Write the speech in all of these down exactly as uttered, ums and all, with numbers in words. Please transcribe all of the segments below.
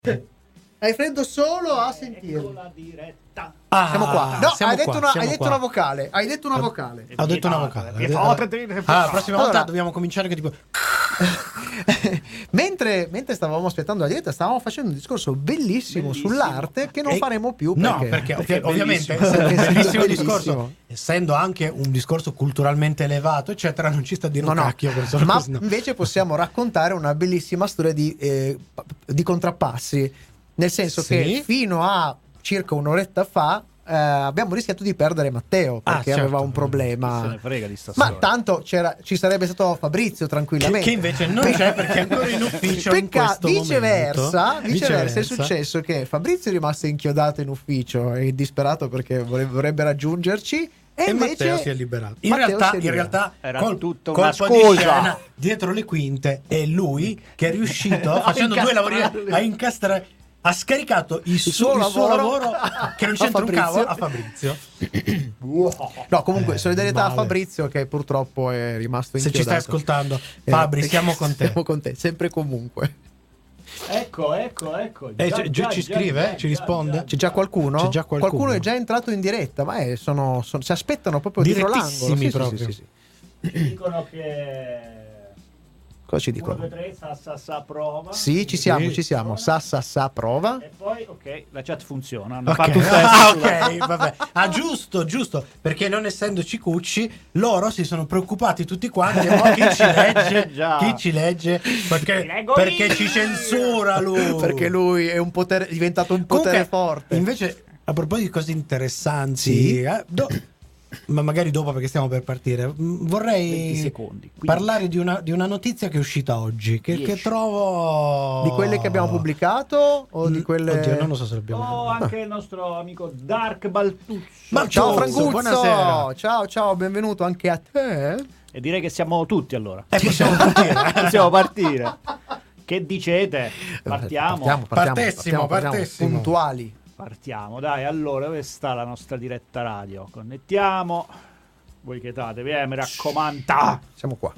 Hai freddo solo a sentirlo. Ecco la diretta. Ah, Siamo qua. No, siamo hai detto, qua, una, siamo hai detto qua. una vocale. Hai detto una vocale. Ho detto una vocale. Mi Allora, fate dire- ah, la prossima volta Allora- dobbiamo cominciare che tipo mentre, mentre stavamo aspettando la diretta, stavamo facendo un discorso bellissimo, Bellissimo. sull'arte che non E- faremo più. No, Perché, perché, perché è ovviamente bellissimo. essendo un Perché è bellissimo bellissimo. discorso, essendo anche un discorso culturalmente elevato, eccetera, non ci sta a dire No, un no, cacchio per solo ma così, no. invece possiamo raccontare una bellissima storia di, eh, di contrappassi, nel senso Sì. che fino a circa un'oretta fa eh, abbiamo rischiato di perdere Matteo Ah, perché certo. aveva un Se problema. ne frega di sta Ma storia. tanto c'era, ci sarebbe stato Fabrizio Che, tranquillamente. che invece non c'è perché è ancora in ufficio in Pecca- questo viceversa, momento. viceversa, è successo che Fabrizio è rimasto inchiodato in ufficio e disperato perché vole- vorrebbe raggiungerci e, E invece Matteo si è liberato. In Matteo realtà, si è in liberato. realtà Era col- tutto colpo una di scusa. scena dietro le quinte è lui che è riuscito facendo due lavori incastrarli. a incastrare, ha scaricato il, suo suo, il suo lavoro lavoro che non a c'entra un Fabrizio. cavolo a Fabrizio. No, comunque Eh, solidarietà male. a Fabrizio che purtroppo è rimasto Se inchiodato. ci stai ascoltando, Eh, Fabri, siamo con te. Siamo con te, sempre e comunque. Ecco, ecco, ecco. Eh, Già, ci- già, ci già, scrive? già, Ci già, risponde? già, C'è già qualcuno? C'è già qualcuno. è già entrato in diretta, ma eh, sono, sono- si aspettano proprio dietro l'angolo. Direttissimi Sì, sì, proprio. sì, sì, sì. Dicono che Cosa ci uno, dicono? due, tre, sa, sa, sa, prova. Sì, ci siamo, Sì. ci siamo. Sa, sa, sa, prova. E poi, ok, la chat funziona. Hanno Ok, fatto un test ah, sulla- ok, vabbè. Ah, giusto, giusto, perché non essendoci cucci, loro si sono preoccupati tutti quanti. E poi chi ci legge? Già. Chi ci legge? Perché, Ti leggo perché io. ci censura lui. Perché lui è un potere, è diventato un potere Comunque, forte. Invece, a proposito di cose interessanti, Sì. eh, do- ma magari dopo perché stiamo per partire, mh, vorrei venti secondi, quindici. parlare di una, di una notizia che è uscita oggi, che, che dieci. trovo... Di quelle che abbiamo pubblicato o di quelle... Oddio, non lo so se l'abbiamo... Oh, anche il nostro amico Dark Baltuzzo. Ma Ciao Baltuzzo, Franguzzo, buonasera. ciao ciao, benvenuto anche a te. E direi che siamo tutti allora. Eh, possiamo partire. Possiamo partire. Che dicete? Partiamo. Partiamo, partiamo, Partessimo, partiamo, partiamo. partessimo. Puntuali. Partiamo, dai, allora, dove sta la nostra diretta radio? Connettiamo. Voi chiedatevi, eh, mi raccomando. Siamo qua.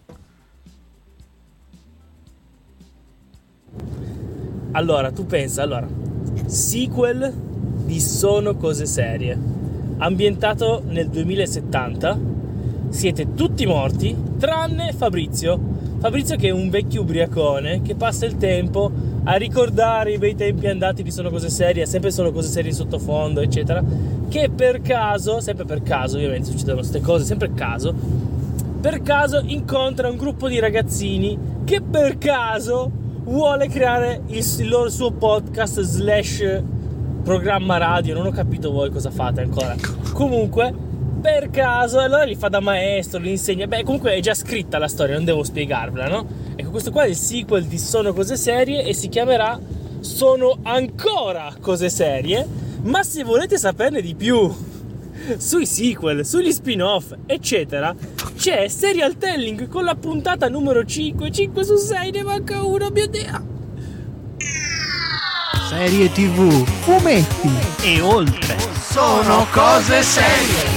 Allora, tu pensa, allora, sequel di Sono cose serie, ambientato nel duemilasettanta, siete tutti morti, tranne Fabrizio. Fabrizio che è un vecchio ubriacone che passa il tempo a ricordare i bei tempi andati di Sono cose serie, sempre Sono cose serie in sottofondo, eccetera, che per caso, sempre per caso, ovviamente succedono queste cose, sempre per caso, per caso incontra un gruppo di ragazzini che per caso vuole creare il, il loro suo podcast slash programma radio. Non ho capito voi cosa fate ancora. Comunque, per caso, allora li fa da maestro, li insegna. Beh, comunque è già scritta la storia, non devo spiegarvela, no? Ecco, questo qua è il sequel di Sono cose serie e si chiamerà Sono ancora cose serie. Ma se volete saperne di più sui sequel, sugli spin-off, eccetera, c'è Serial Telling con la puntata numero cinque, cinque su sei, ne manca uno, mio Dio. Serie tivù, fumetti. E oltre. Sono cose serie.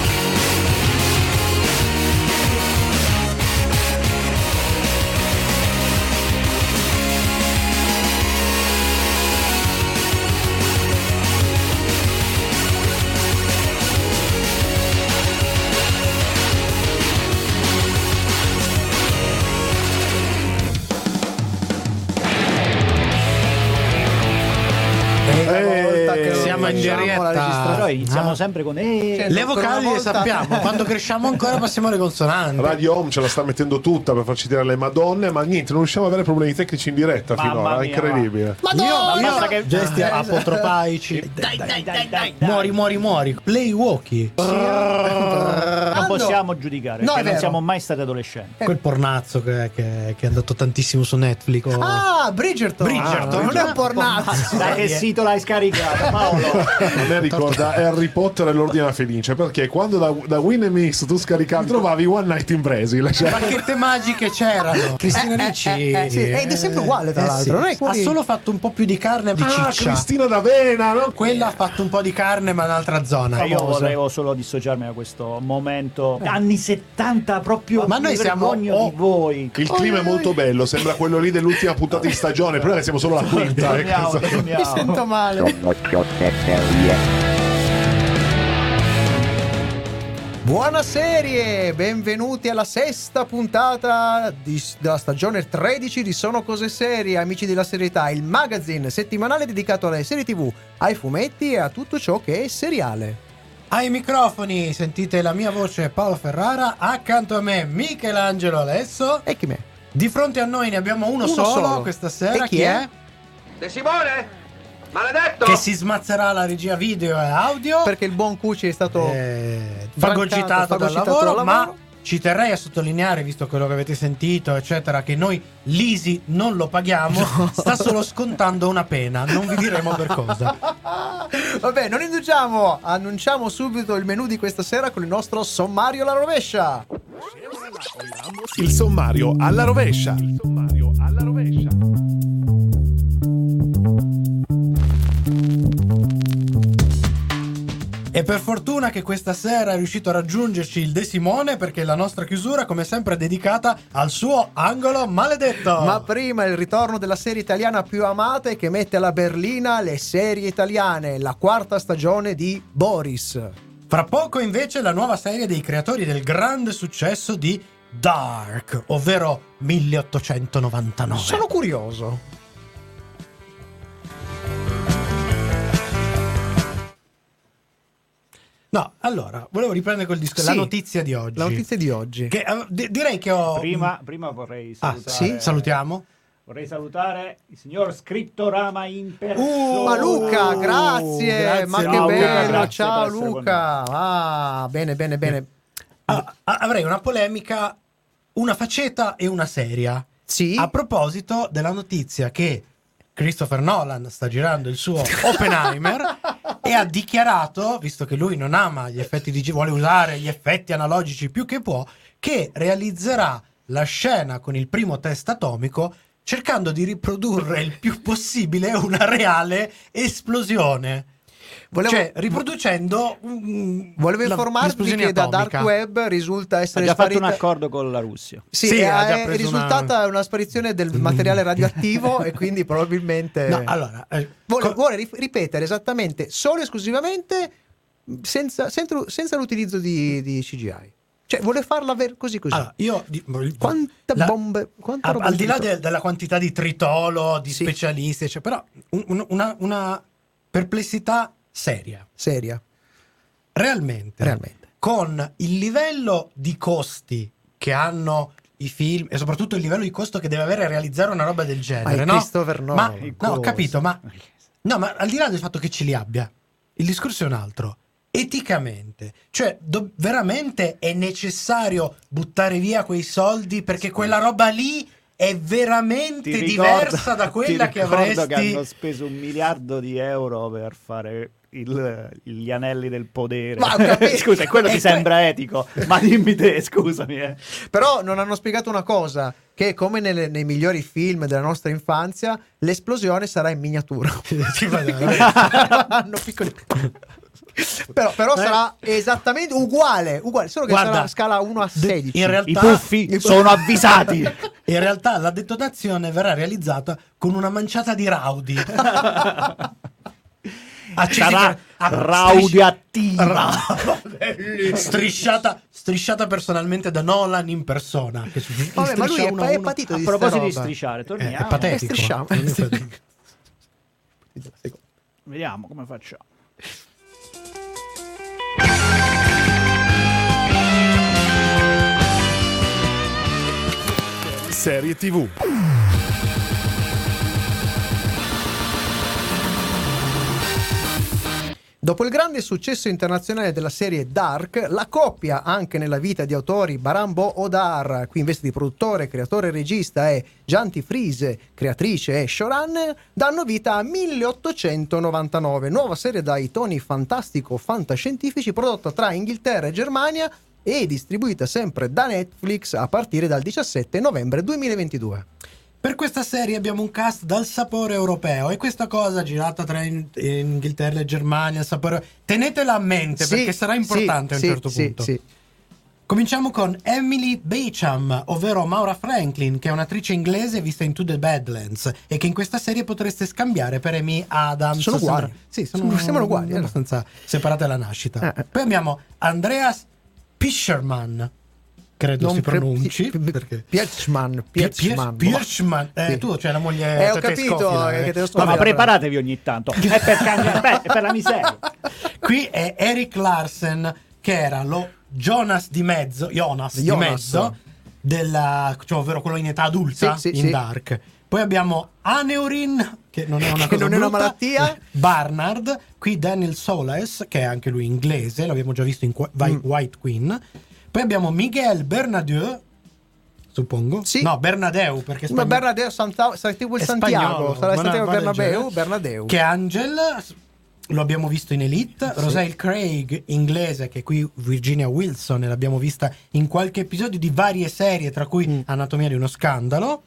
siamo in facciamo diretta. la registrazione. Però iniziamo Ah. sempre con eh, Cioè, Le ancora vocali una le volta. sappiamo, quando cresciamo ancora passiamo alle consonanti. Radio Home ce la sta mettendo tutta per farci tirare le madonne, ma niente, non riusciamo ad avere problemi tecnici in diretta Mamma finora, è mia, incredibile. Madonna! Io, basta io che- gesti Eh, apotropaici. Dai, dai, dai, dai. Muori, muori, muori. Play walkie. Non Ando. possiamo giudicare, No, perché è non vero. siamo mai stati adolescenti. Quel pornazzo che, che- che è andato tantissimo su Netflix. oh. Ah, Bridgerton. Bridgerton. Ah, non è un pornazzo. Da che sito l'hai scaricato? Paolo. A me ricorda Harry Potter e l'Ordine Felice, perché quando da, da Winnemix tu scaricavi trovavi One Night in Brasil, cioè. Bacchette magiche c'erano. Cristina Ricci eh, eh, sì, ed è sempre uguale, tra Eh, l'altro. sì. Non è Ha fuori- solo fatto un po' più di carne di Ah, ciccia. Cristina d'Avena, no? Quella ha fatto un po' di carne ma in un'altra zona. Io Famosa. volevo solo dissociarmi da questo momento anni settanta, proprio Ma noi mi siamo- vergogno oh. di voi. Il clima è molto bello, sembra quello lì dell'ultima puntata di stagione, però noi siamo solo la quinta. eh, Torniamo, cosa- torniamo. Mi sento male. Buona serie, benvenuti alla sesta puntata di- della stagione tredici di Sono Cose Serie, amici della serietà, il magazine settimanale dedicato alle serie tv, ai fumetti e a tutto ciò che è seriale. Ai microfoni sentite la mia voce, Paolo Ferrara, accanto a me Michelangelo Alesso. E chi me? Di fronte a noi ne abbiamo uno, Uno solo, solo. questa sera. E chi è? De Simone? Maledetto! Che si smazzerà la regia video e audio. Perché il buon Cucci è stato eh, brancato, fagocitato dal fagocitato lavoro, dal ma lavoro. ci terrei a sottolineare, visto quello che avete sentito, eccetera, che noi l'Isi non lo paghiamo, sta solo scontando una pena, non vi diremo per cosa. Vabbè, non indugiamo, annunciamo subito il menù di questa sera con il nostro sommario alla rovescia. Il sommario alla rovescia. Il sommario alla rovescia. E per fortuna che questa sera è riuscito a raggiungerci il De Simone, perché la nostra chiusura, come sempre, è dedicata al suo angolo maledetto. Ma prima il ritorno della serie italiana più amata e che mette alla berlina le serie italiane, la quarta stagione di Boris. Fra poco invece la nuova serie dei creatori del grande successo di Dark, ovvero milleottocentonovantanove. Sono curioso. No, allora, volevo riprendere quel discorso, Sì, la notizia di oggi. La notizia di oggi. Che, eh, di- direi che ho... Prima, prima vorrei Ah, salutare. sì, salutiamo. Vorrei salutare il signor Scrittorama in persona. Uh, Ma Luca, grazie, grazie, ma che Luca. bello, Grazie ciao per essere con Luca. Ah, bene, bene, bene. Ah, ah, avrei una polemica, una faceta e una seria. Sì. A proposito della notizia che Christopher Nolan sta girando il suo Oppenheimer e ha dichiarato, visto che lui non ama gli effetti digitali, vuole usare gli effetti analogici più che può, che realizzerà la scena con il primo test atomico cercando di riprodurre il più possibile una reale esplosione. Volevo- cioè, riproducendo un- Volevo la- informarvi l'esplosione che da atomica. Dark Web risulta Ha essere già fatto un sparita... accordo con la Russia. Sì, Sì, è, ha già è preso risultata una- una... sparizione del materiale radioattivo e quindi probabilmente No, allora, eh, vuole, co- vuole rif- ripetere esattamente solo e esclusivamente senza, senza, senza l'utilizzo di, di C G I. Cioè vuole farla ver- così così. allora, io di- Quante la- bombe, quanta a- roba al di là di- de- della quantità di tritolo, di Sì. specialisti, cioè, però un- un- una, una perplessità seria. seria, Realmente, realmente. con il livello di costi che hanno i film e soprattutto il livello di costo che deve avere realizzare una roba del Ma genere, è no? Christopher Ma Nolan. no, ho Cosa? capito, ma no, ma al di là del fatto che ce li abbia, il discorso è un altro. Eticamente, cioè do- veramente è necessario buttare via quei soldi perché quella roba lì è veramente Ti ricordo- diversa da quella ti che ricordo avresti. che hanno speso un miliardo di euro per fare il- gli anelli del potere. Ma ho capito. Scusa, e quello E ti que- sembra etico? Ma dimmi te, scusami. Eh. Però non hanno spiegato una cosa, che come nelle- nei migliori film della nostra infanzia l'esplosione sarà in miniatura. Sì, guarda, Hanno piccoli. Però, però Eh. sarà esattamente uguale, uguale, solo che Guarda, sarà a scala uno a de- sedici. in realtà- I puffi sono avvisati. in realtà la detonazione verrà realizzata con una manciata di raudi. Accesi Sarà per- ah, radioattiva. strisci- strisciata, strisciata personalmente da Nolan in persona. Che su- Vabbè, ma lui striscia è, uno a è uno. patito A di proposito sta di roba. strisciare, Eh, torniamo. è patetico. E strisciamo. Vediamo come facciamo. Serie tivù. Dopo il grande successo internazionale della serie Dark, la coppia, anche nella vita di autori, Baran Odar, qui in veste di produttore, creatore e regista, e Janti Friese, creatrice e showrunner, danno vita a milleottocentonovantanove, nuova serie dai toni fantastico-fantascientifici prodotta tra Inghilterra e Germania e distribuita sempre da Netflix a partire dal diciassette novembre duemilaventidue. Per questa serie abbiamo un cast dal sapore europeo e questa cosa girata tra in- Inghilterra e Germania, il sapore... tenetela a mente Sì, perché sarà importante sì, a un certo sì, punto. sì, sì. Cominciamo con Emily Beecham, ovvero Maura Franklin, che è un'attrice inglese vista in To the Badlands e che in questa serie potreste scambiare per Amy Adams. Sono uguali. Sembra- Sì, sono, Sembrano uguali, eh. abbastanza separate alla nascita. Eh, eh. Poi abbiamo Andreas Pischerman, credo Non si pre- pronunci. Pi- perché... Pierchman, Pier- Pierchman. Pierchman. Eh, Sì. tu c'è la moglie Eh, ho capito tedescofila, che eh. te lo sto No, ma Vabbè, preparatevi ogni tanto. È per, cambiare, beh, è per la miseria. Qui è Eric Larsen, che era lo Jonas di mezzo, Jonas, di Jonas. mezzo, della, cioè, ovvero quello in età adulta Sì, sì, in sì. Dark. Poi abbiamo Aneurin, che non è una Che cosa non è una brutta. malattia. Barnard, qui Daniel Soles, che è anche lui inglese, l'abbiamo già visto in Qu- Vi- Mm. White Queen. Poi abbiamo Miguel Bernadeu, suppongo. Sì. No, Bernadeu, perché Ma spagn- Bernadeo Santa, sarà tipo il è Santiago, spagnolo, sarà il ma Santiago va del Bernabeu, genere. Bernadeu. Che Angel lo abbiamo visto in Elite, Sì. Roselle Craig inglese, che qui Virginia Wilson, e l'abbiamo vista in qualche episodio di varie serie, tra cui Mm. Anatomia di uno scandalo.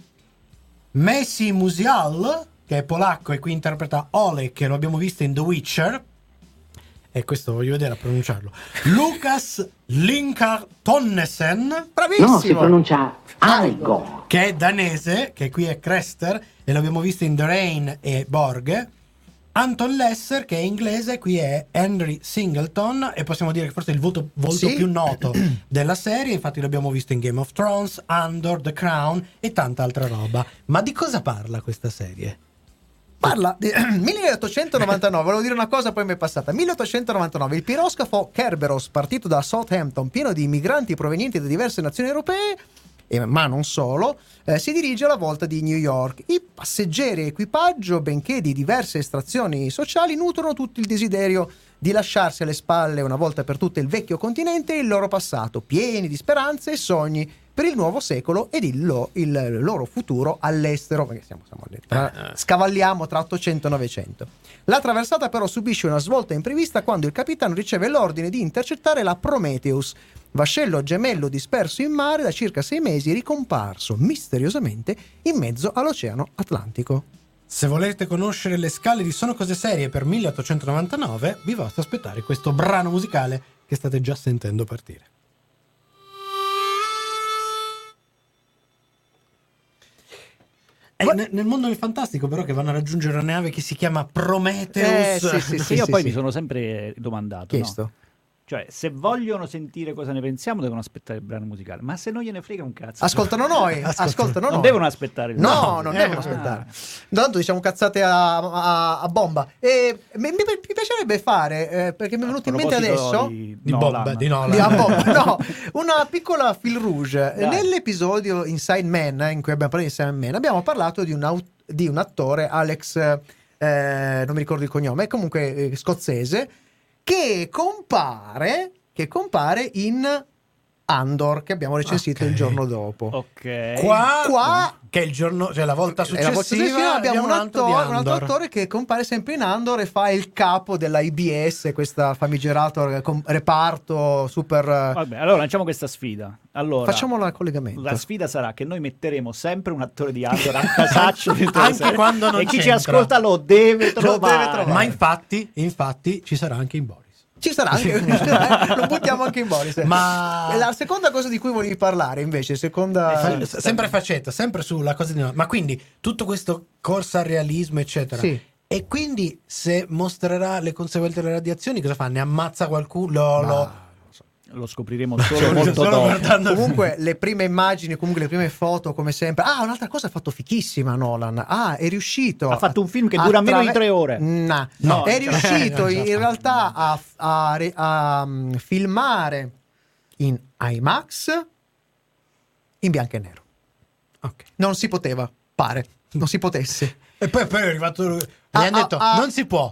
Messi Musial, che è polacco e qui interpreta Oleg, che lo abbiamo visto in The Witcher. E questo voglio vedere a pronunciarlo. Lucas Linkar Tonnesen, Bravissimo. No, si pronuncia Algo. che è danese, che qui è Crester e l'abbiamo visto in The Rain e Borg. Anton Lesser, che è inglese, qui è Henry Singleton e possiamo dire che forse è il voto- volto Sì. più noto della serie, infatti l'abbiamo visto in Game of Thrones, Andor, The Crown e tanta altra roba. Ma di cosa parla questa serie? Parla di milleottocentonovantanove, volevo dire una cosa poi mi è passata. milleottocentonovantanove, il piroscafo Kerberos, partito da Southampton, pieno di migranti provenienti da diverse nazioni europee, e, ma non solo, eh, si dirige alla volta di New York. I passeggeri e equipaggio, benché di diverse estrazioni sociali, nutrono tutti il desiderio di lasciarsi alle spalle una volta per tutte il vecchio continente e il loro passato, pieni di speranze e sogni per il nuovo secolo ed il, lo- il loro futuro all'estero, perché siamo, siamo lì, tra- scavalliamo tra ottocento e novecento. La traversata però subisce una svolta imprevista quando il capitano riceve l'ordine di intercettare la Prometheus, vascello gemello disperso in mare da circa sei mesi, ricomparso misteriosamente in mezzo all'Oceano Atlantico. Se volete conoscere le scale di Sono Cose Serie per milleottocentonovantanove, vi basta aspettare questo brano musicale che state già sentendo partire. È Ma- ne- nel mondo del fantastico però che vanno a raggiungere una nave che si chiama Eh, Prometheus. sì, sì, sì. Io poi mi sono sempre domandato, no? Chiesto. Cioè, se vogliono sentire cosa ne pensiamo, devono aspettare il brano musicale. Ma se non gliene frega un cazzo, Ascoltano noi, ascoltano non noi. devono aspettare il No, brano. non Eh, devono ah. aspettare. Tanto diciamo cazzate a, a- a bomba. E mi, mi- mi piacerebbe fare, eh, perché mi è venuto in mente proposito adesso, di, Di Nolan. Bob, di Nolan. di a bomba, no, una piccola fil rouge. Dai. Nell'episodio Inside Man, eh, in cui abbiamo parlato di Inside Man, abbiamo parlato di un, au- di un attore, Alex, eh, non mi ricordo il cognome, comunque eh, scozzese, che compare, che compare in Andor, che abbiamo recensito Ok. il giorno dopo. Ok. Qua, Qua- che è il giorno, cioè la volta E successiva, la volta successiva abbiamo un, altro di attore, un altro Andor. attore che compare sempre in Andor e fa il capo della I B S, questa famigerato eh, com- reparto super. eh, Vabbè, allora lanciamo questa sfida. Allora, Facciamola a collegamento. la sfida sarà che noi metteremo sempre un attore di Andor a casaccio dentro la Anche serie, quando non e chi ci c'entra. ascolta lo deve Lo trovare. deve trovare. Ma infatti, infatti ci sarà anche in Boris. Ci sarà anche, eh, lo buttiamo anche in Boris. Ma- E la seconda cosa di cui volevi parlare, invece, seconda. Fa- s- sempre faccetta, sempre sulla cosa di ma quindi tutto questo corsa al realismo eccetera. Sì. E quindi se mostrerà le conseguenze delle radiazioni cosa fa? Ne ammazza qualcuno? Lo, lo- Lo scopriremo solo molto solo dopo. guardando- Comunque le prime immagini, comunque le prime foto, come sempre. Ah, un'altra cosa ha fatto fichissima Nolan. Ah, è riuscito. Ha fatto un film che dura meno di tre ore. No, No, è cioè- riuscito Eh, in, in realtà a, a re- a, um, filmare in IMAX in bianco e nero. Ok. Non si poteva, pare. Non si potesse. E poi, poi è arrivato lui. Mi Ah, hanno ah, detto ah. non si può.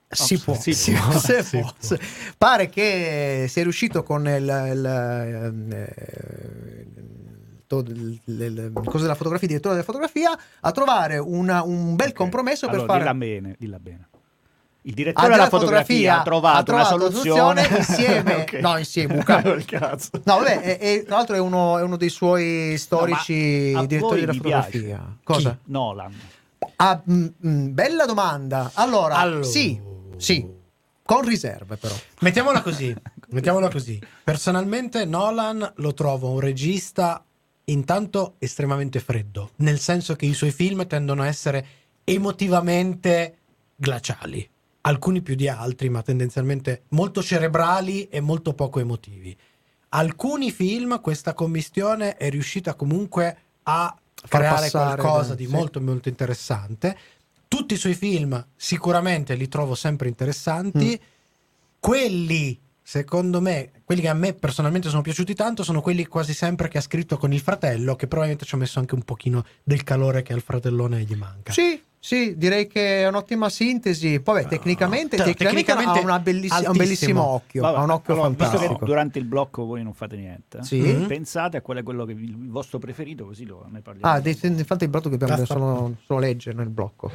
Si Oh, può, si si può. può, se Si può. può. Pare che sia riuscito con il, il, eh, to- il- il- il- cosa della fotografia, il direttore della fotografia, a trovare una- un bel Ok. compromesso Allora, per fare. dilla bene, dilla bene. Il Ah, direttore della della fotografia ha trovato, una soluzione insieme, Ok. no, insieme, Luca. Col cazzo. No, vabbè, e, e tra l'altro è uno, è uno dei suoi storici No, ma a direttori voi della vi fotografia. piace? Cosa? Chi? Nolan. Ah, mm, mm, bella domanda. Allora, Allora. sì, sì, con riserve però. Mettiamola così, mettiamola così. Personalmente Nolan lo trovo un regista intanto estremamente freddo, nel senso che i suoi film tendono a essere emotivamente glaciali. Alcuni più di altri, ma tendenzialmente molto cerebrali e molto poco emotivi. Alcuni film, questa commistione è riuscita comunque a Far creare passare, qualcosa dai, di sì. molto molto interessante. Tutti i suoi film sicuramente li trovo sempre interessanti. Quelli, secondo me, quelli che a me personalmente sono piaciuti tanto sono quelli quasi sempre che ha scritto con il fratello, che probabilmente ci ha messo anche un pochino del calore che al fratellone gli manca. Sì, sì, direi che è un'ottima sintesi. Poi, beh, tecnicamente, Cioè, tecnicamente, tecnicamente ha una bellissi- ha un altissimo. bellissimo occhio. Vabbè, ha un occhio allora, visto fantastico. che durante il blocco voi non fate niente, Sì. eh, Mhm. pensate a qual è quello che vi- il vostro preferito, così lo, ne parliamo. Ah, dei- infatti il blocco che dobbiamo Basta. solo, solo leggere nel blocco.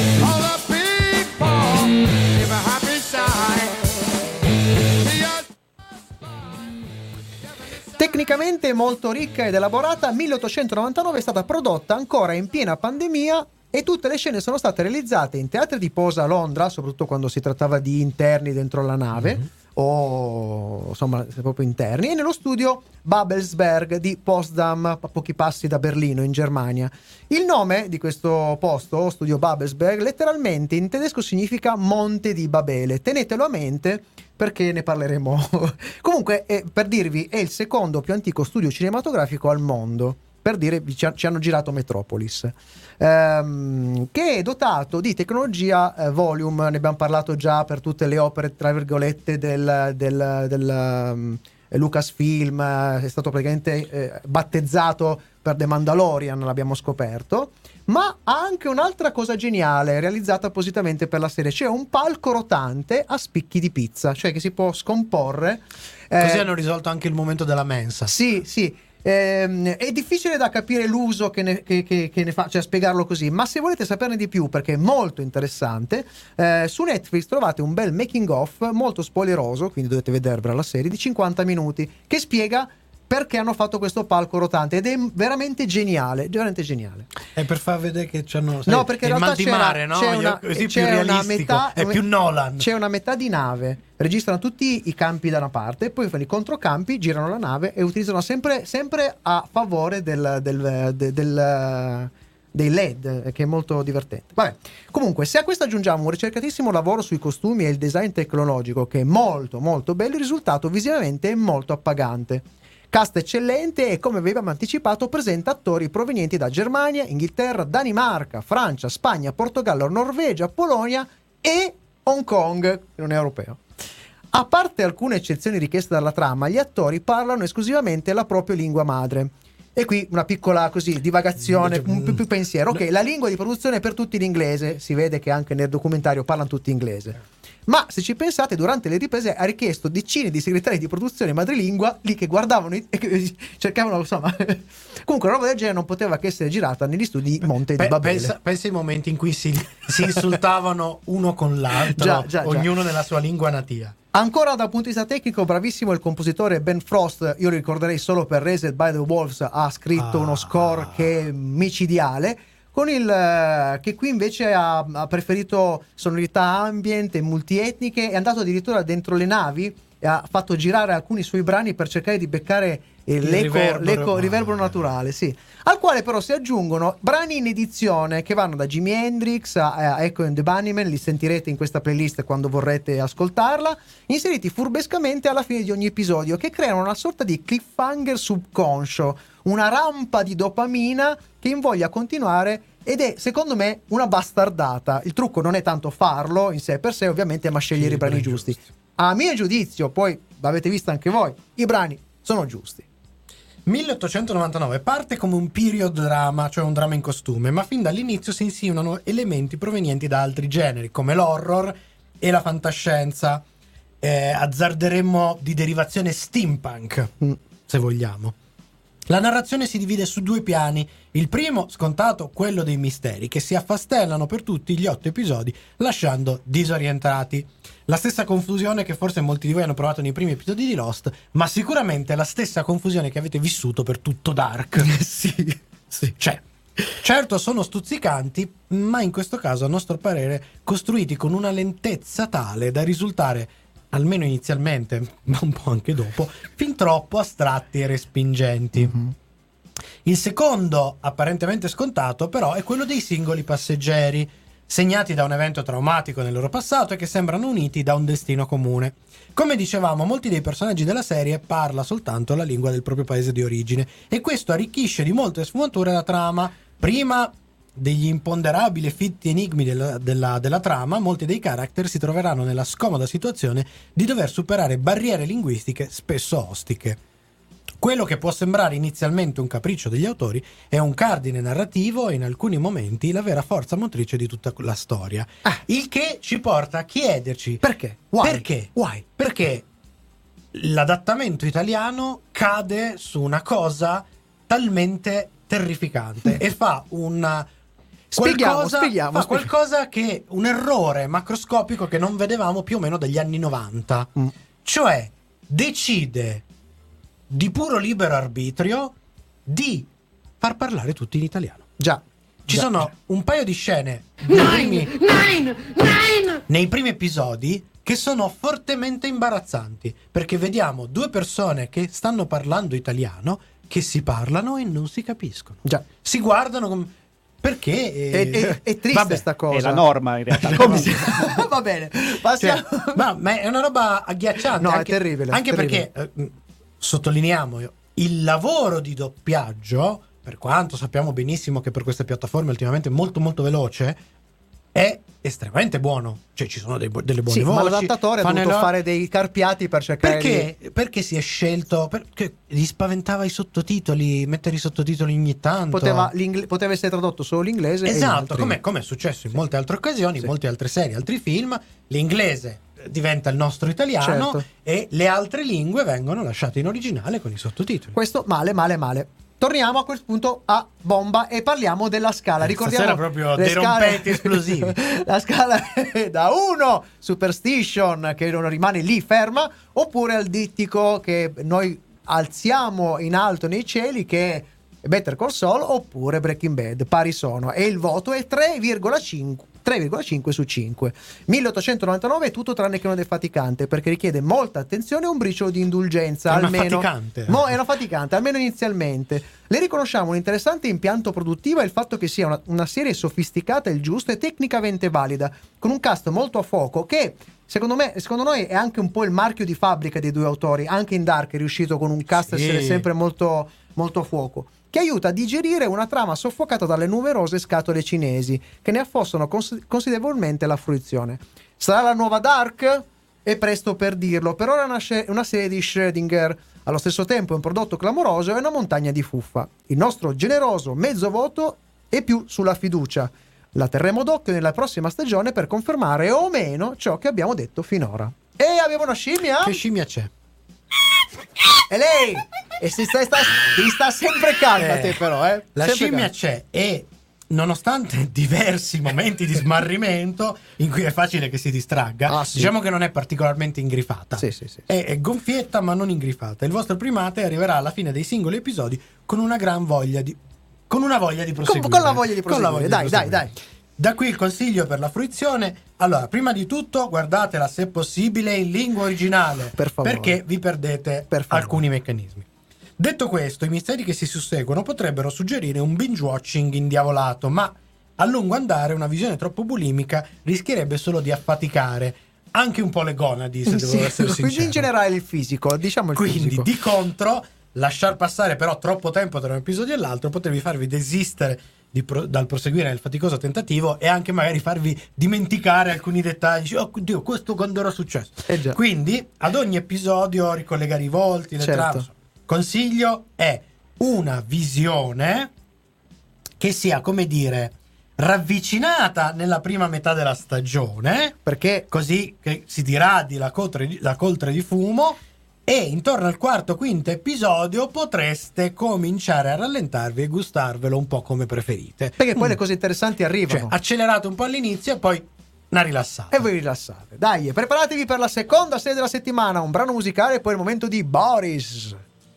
Tecnicamente molto ricca ed elaborata, milleottocentonovantanove è stata prodotta ancora in piena pandemia e tutte le scene sono state realizzate in teatri di posa a Londra, soprattutto quando si trattava di interni dentro la nave, Mhm. o insomma proprio interni, e nello studio Babelsberg di Potsdam, a pochi passi da Berlino in Germania. Il nome di questo posto, studio Babelsberg, letteralmente in tedesco significa Monte di Babele. Tenetelo a mente perché ne parleremo. Comunque, eh, per dirvi, è il secondo più antico studio cinematografico al mondo. Per dire, ci, ha- ci hanno girato Metropolis, ehm, che è dotato di tecnologia eh, volume. Ne abbiamo parlato già per tutte le opere, tra virgolette, del, del, del um, Lucasfilm. eh, È stato praticamente eh, battezzato per The Mandalorian, l'abbiamo scoperto. Ma ha anche un'altra cosa geniale realizzata appositamente per la serie, cioè un palco rotante a spicchi di pizza, cioè che si può scomporre. Così eh, hanno risolto anche il momento della mensa. Sì, sì. Ehm, è difficile da capire l'uso che ne, che, che, che ne fa, cioè spiegarlo così, ma se volete saperne di più perché è molto interessante, eh, su Netflix trovate un bel making of molto spoileroso, quindi dovete vedervela la serie, di cinquanta minuti, che spiega perché hanno fatto questo palco rotante ed è veramente geniale, veramente geniale. È per far vedere che c'hanno sai, No, perché in il realtà mal di c'era- mare, no? c'è una- Così c'è più una realistico, metà- è più Nolan. C'è una metà di nave, registrano tutti i campi da una parte, poi fanno i controcampi, girano la nave e utilizzano sempre, sempre a favore del, del, del- del- dei L E D, che è molto divertente. Vabbè, comunque, se a questo aggiungiamo un ricercatissimo lavoro sui costumi e il design tecnologico, che è molto molto bello, il risultato visivamente è molto appagante. Cast eccellente e, come avevamo anticipato, presenta attori provenienti da Germania, Inghilterra, Danimarca, Francia, Spagna, Portogallo, Norvegia, Polonia e Hong Kong, che non è europeo. A parte alcune eccezioni richieste dalla trama, gli attori parlano esclusivamente la propria lingua madre. E qui una piccola così divagazione, un più, più pensiero. Ok, la lingua di produzione è per tutti l'inglese, si vede che anche nel documentario parlano tutti inglese. Ma se ci pensate, durante le riprese ha richiesto decine di segretari di produzione madrelingua lì che guardavano i- e che cercavano, insomma. Comunque, una roba del genere non poteva che essere girata negli studi di Monte Pe- di Babele. pensa, pensa ai momenti in cui si, si insultavano uno con l'altro, Già, già, già. ognuno nella sua lingua natia. Ancora dal punto di vista tecnico, bravissimo il compositore Ben Frost. Io lo ricorderei solo per Raised by the Wolves, ha scritto Ah. uno score che è micidiale. Con il eh, che qui invece ha, ha preferito sonorità ambient e multietniche, è andato addirittura dentro le navi e ha fatto girare alcuni suoi brani per cercare di beccare eh, Il l'eco, riverbero. l'eco- Ah. riverbero naturale, sì. Al quale però si aggiungono brani in edizione che vanno da Jimi Hendrix a, a Echo and the Bunnymen, li sentirete in questa playlist quando vorrete ascoltarla, inseriti furbescamente alla fine di ogni episodio, che creano una sorta di cliffhanger subconscio, una rampa di dopamina che invoglia a continuare. Ed è, secondo me, una bastardata. Il trucco non è tanto farlo in sé per sé, ovviamente, ma scegliere i brani giusti. A mio giudizio, poi l'avete visto anche voi, i brani sono giusti. milleottocentonovantanove parte come un period drama, cioè un dramma in costume, ma fin dall'inizio si insinuano elementi provenienti da altri generi, come l'horror e la fantascienza. Eh, azzarderemmo di derivazione steampunk, mm. se vogliamo. La narrazione si divide su due piani. Il primo, scontato, quello dei misteri, che si affastellano per tutti gli otto episodi, lasciando disorientati. La stessa confusione che forse molti di voi hanno provato nei primi episodi di Lost, ma sicuramente la stessa confusione che avete vissuto per tutto Dark. sì, sì. Cioè, certo sono stuzzicanti, ma in questo caso, a nostro parere, costruiti con una lentezza tale da risultare, almeno inizialmente, ma un po' anche dopo, fin troppo astratti e respingenti. Mm-hmm. Il secondo, apparentemente scontato, però, è quello dei singoli passeggeri, segnati da un evento traumatico nel loro passato e che sembrano uniti da un destino comune. Come dicevamo, molti dei personaggi della serie parla soltanto la lingua del proprio paese di origine, e questo arricchisce di molte sfumature la trama. Prima degli imponderabili e fitti enigmi della, della, della trama, molti dei character si troveranno nella scomoda situazione di dover superare barriere linguistiche spesso ostiche. Quello che può sembrare inizialmente un capriccio degli autori è un cardine narrativo e in alcuni momenti la vera forza motrice di tutta la storia. Ah. Il che ci porta a chiederci perché? Why? Perché? Why? Perché l'adattamento italiano cade su una cosa talmente terrificante e fa una Spieghiamo, qualcosa, spieghiamo, fa spieghiamo. qualcosa che un errore macroscopico che non vedevamo più o meno dagli anni novanta. Mm. Cioè decide di puro libero arbitrio di far parlare tutti in italiano. Già. Ci già, sono già. un paio di scene nei primi, nine, nine. nei primi episodi che sono fortemente imbarazzanti, perché vediamo due persone che stanno parlando italiano, che si parlano e non si capiscono. Già. Si guardano come... Perché eh, è, è, è triste vabbè, sta cosa. È la norma in realtà. Come si... Va bene, passiamo. Cioè, ma, ma è una roba agghiacciante. No, anche, è terribile. Anche terribile. perché eh, sottolineiamo il lavoro di doppiaggio, per quanto sappiamo benissimo che per queste piattaforme ultimamente è molto molto veloce, è estremamente buono. Cioè ci sono dei, delle buone sì, voci. Ma l'adattatore ha dovuto fare dei carpiati per cercare perché, di... perché si è scelto, perché gli spaventava i sottotitoli, mettere i sottotitoli ogni tanto. Poteva, poteva essere tradotto solo l'inglese. Esatto, come è successo in sì. molte altre occasioni, in sì. molte altre serie, altri film. L'inglese diventa il nostro italiano, certo. E le altre lingue vengono lasciate in originale con i sottotitoli. Questo male, male, male. Torniamo a quel punto a bomba e parliamo della scala. Ricordiamo stasera proprio dei rompenti esplosivi. La scala è da uno Superstition, che non rimane lì ferma, oppure al dittico che noi alziamo in alto nei cieli, che è Better Call Saul oppure Breaking Bad. Pari sono, e il voto è tre virgola cinque tre virgola cinque su cinque. milleottocentonovantanove è tutto tranne che uno defaticante, perché richiede molta attenzione e un briciolo di indulgenza. È una almeno faticante. No, è una faticante, almeno inizialmente. Le riconosciamo un interessante impianto produttivo e il fatto che sia una, una serie sofisticata, il giusto, e tecnicamente valida, con un cast molto a fuoco, che secondo me, secondo noi è anche un po' il marchio di fabbrica dei due autori. Anche in Dark è riuscito con un cast sì. a essere sempre molto, molto a fuoco, che aiuta a digerire una trama soffocata dalle numerose scatole cinesi che ne affossano cons- considerevolmente la fruizione. Sarà la nuova Dark? È presto per dirlo. Per ora è una, sc- una serie di Schrödinger. Allo stesso tempo è un prodotto clamoroso e una montagna di fuffa. Il nostro generoso mezzo voto è più sulla fiducia. La terremo d'occhio nella prossima stagione per confermare o meno ciò che abbiamo detto finora. E abbiamo una scimmia? Che scimmia c'è? E lei? E si sta, sta, si sta sempre calma eh, te però, eh? La sempre scimmia calma. c'è e nonostante diversi momenti di smarrimento in cui è facile che si distragga, ah, sì. diciamo che non è particolarmente ingrifata. Sì, sì, sì. È, è gonfietta ma non ingrifata. Il vostro primate arriverà alla fine dei singoli episodi con una gran voglia di con una voglia di proseguire. Con, con la voglia di proseguire. Voglia dai, di dai, proseguire. dai. Da qui il consiglio per la fruizione. Allora, prima di tutto guardatela se possibile in lingua originale, per favore, perché vi perdete per alcuni meccanismi. Detto questo, i misteri che si susseguono potrebbero suggerire un binge watching indiavolato, ma a lungo andare una visione troppo bulimica rischierebbe solo di affaticare anche un po' le gonadi, se devo sì, essere sincero. Quindi in generale il fisico, diciamo il Quindi fisico. di contro, lasciar passare però troppo tempo tra un episodio e l'altro potrebbe farvi desistere di pro- dal proseguire nel faticoso tentativo e anche magari farvi dimenticare alcuni dettagli. Oh Dio, questo quando era successo? Eh già. Quindi ad ogni episodio ricollegare i volti, le certo. trame. Consiglio è una visione che sia, come dire, ravvicinata nella prima metà della stagione, perché così che si diradi la coltre di, la coltre di fumo, e intorno al quarto quinto episodio potreste cominciare a rallentarvi e gustarvelo un po' come preferite, perché poi Mm. le cose interessanti arrivano, cioè accelerate un po' all'inizio e poi una rilassata. e voi rilassate. Dai, preparatevi per la seconda serie della settimana, un brano musicale e poi il momento di Boris.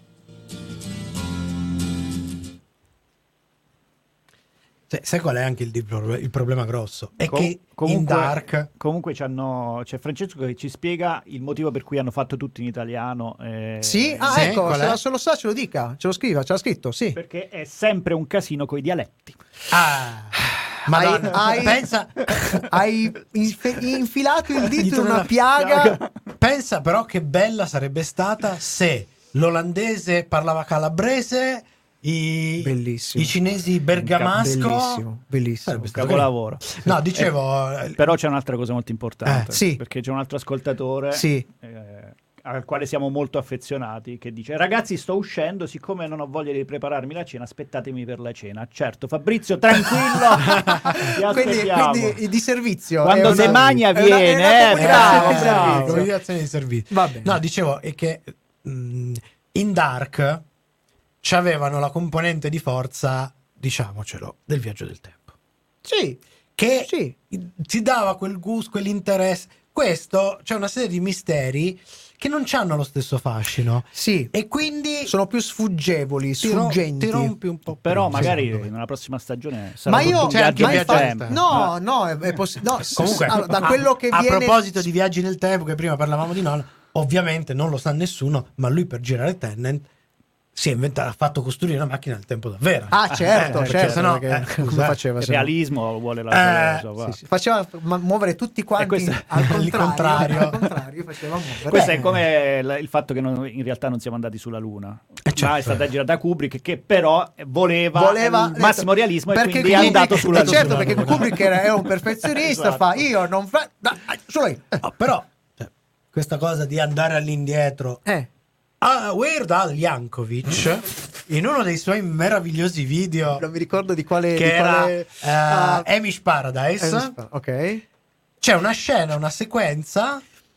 Cioè, sai qual è anche il, il problema grosso? È Com- che comunque, in Dark comunque c'hanno, c'è Francesco che ci spiega il motivo per cui hanno fatto tutto in italiano. eh, Sì? Ah, Sì, ecco, qual se, è? la- se lo sa ce lo dica, ce lo scriva, ce l'ha scritto, sì. Perché è sempre un casino coi dialetti. ah, Madonna, Hai- hai- pensa Hai inf- infilato il dito Dito in una nella piaga. pensa però che bella sarebbe stata se l'olandese parlava calabrese, i, Bellissimo. i cinesi bergamasco. Bellissimo, bellissimo. Sarebbe stato Capolavoro. No, dicevo, Eh, però c'è un'altra cosa molto importante. Eh, sì. Perché c'è un altro ascoltatore Sì. eh, al quale siamo molto affezionati, che dice: ragazzi, sto uscendo, siccome non ho voglia di prepararmi la cena, aspettatemi per la cena. Certo, Fabrizio, tranquillo. Ti quindi, aspettiamo. quindi di servizio. Quando è una- Semagna è una- viene, è una eh, comunicazione bravo, di bravo. servizio. comunicazione di servizio. Va bene. No, dicevo è che mh, in Dark c'avevano la componente di forza, diciamocelo, del viaggio del tempo, Sì, che sì. ti dava quel gusto, quell'interesse. Questo c'è una serie di misteri che non hanno lo stesso fascino Sì. e quindi Sono più sfuggevoli, ti, ro- sfuggenti. ti rompi un po'. Però prima, magari secondo me. nella prossima stagione sarà Ma io tutto un c'è viaggio anche ma nel viaggio infatti- del tempo. no, no, è, è possibile. No, s- Comunque, allora, da a- quello che a viene proposito di viaggi nel tempo, che prima parlavamo di Nolan, ovviamente non lo sa nessuno, ma lui per girare Tenet si è inventato, ha fatto costruire una macchina del tempo davvero. Ah, certo, Eh, perché certo, sennò, perché eh, come scusa, faceva? Il se no? realismo vuole la Eh, sua cosa, va. Sì, sì. Faceva ma- muovere tutti quanti questo- al il contrario, contrario. al contrario, faceva muovere. Questo Eh, è come l- il fatto che non- in realtà non siamo andati sulla Luna. certo. Ma è stata girata da Kubrick, che però voleva, voleva il massimo realismo e perché quindi è Kubrick- andato sulla eh, Luna. certo, perché Kubrick era, era un perfezionista, Esatto. fa io non fa da, solo io. Oh, però cioè, questa cosa di andare all'indietro. Eh. Ah, Weird Al Yankovic in uno dei suoi meravigliosi video Non mi ricordo di quale che di era quale, eh, ah, Amish Paradise, eh, ok. c'è una scena, una sequenza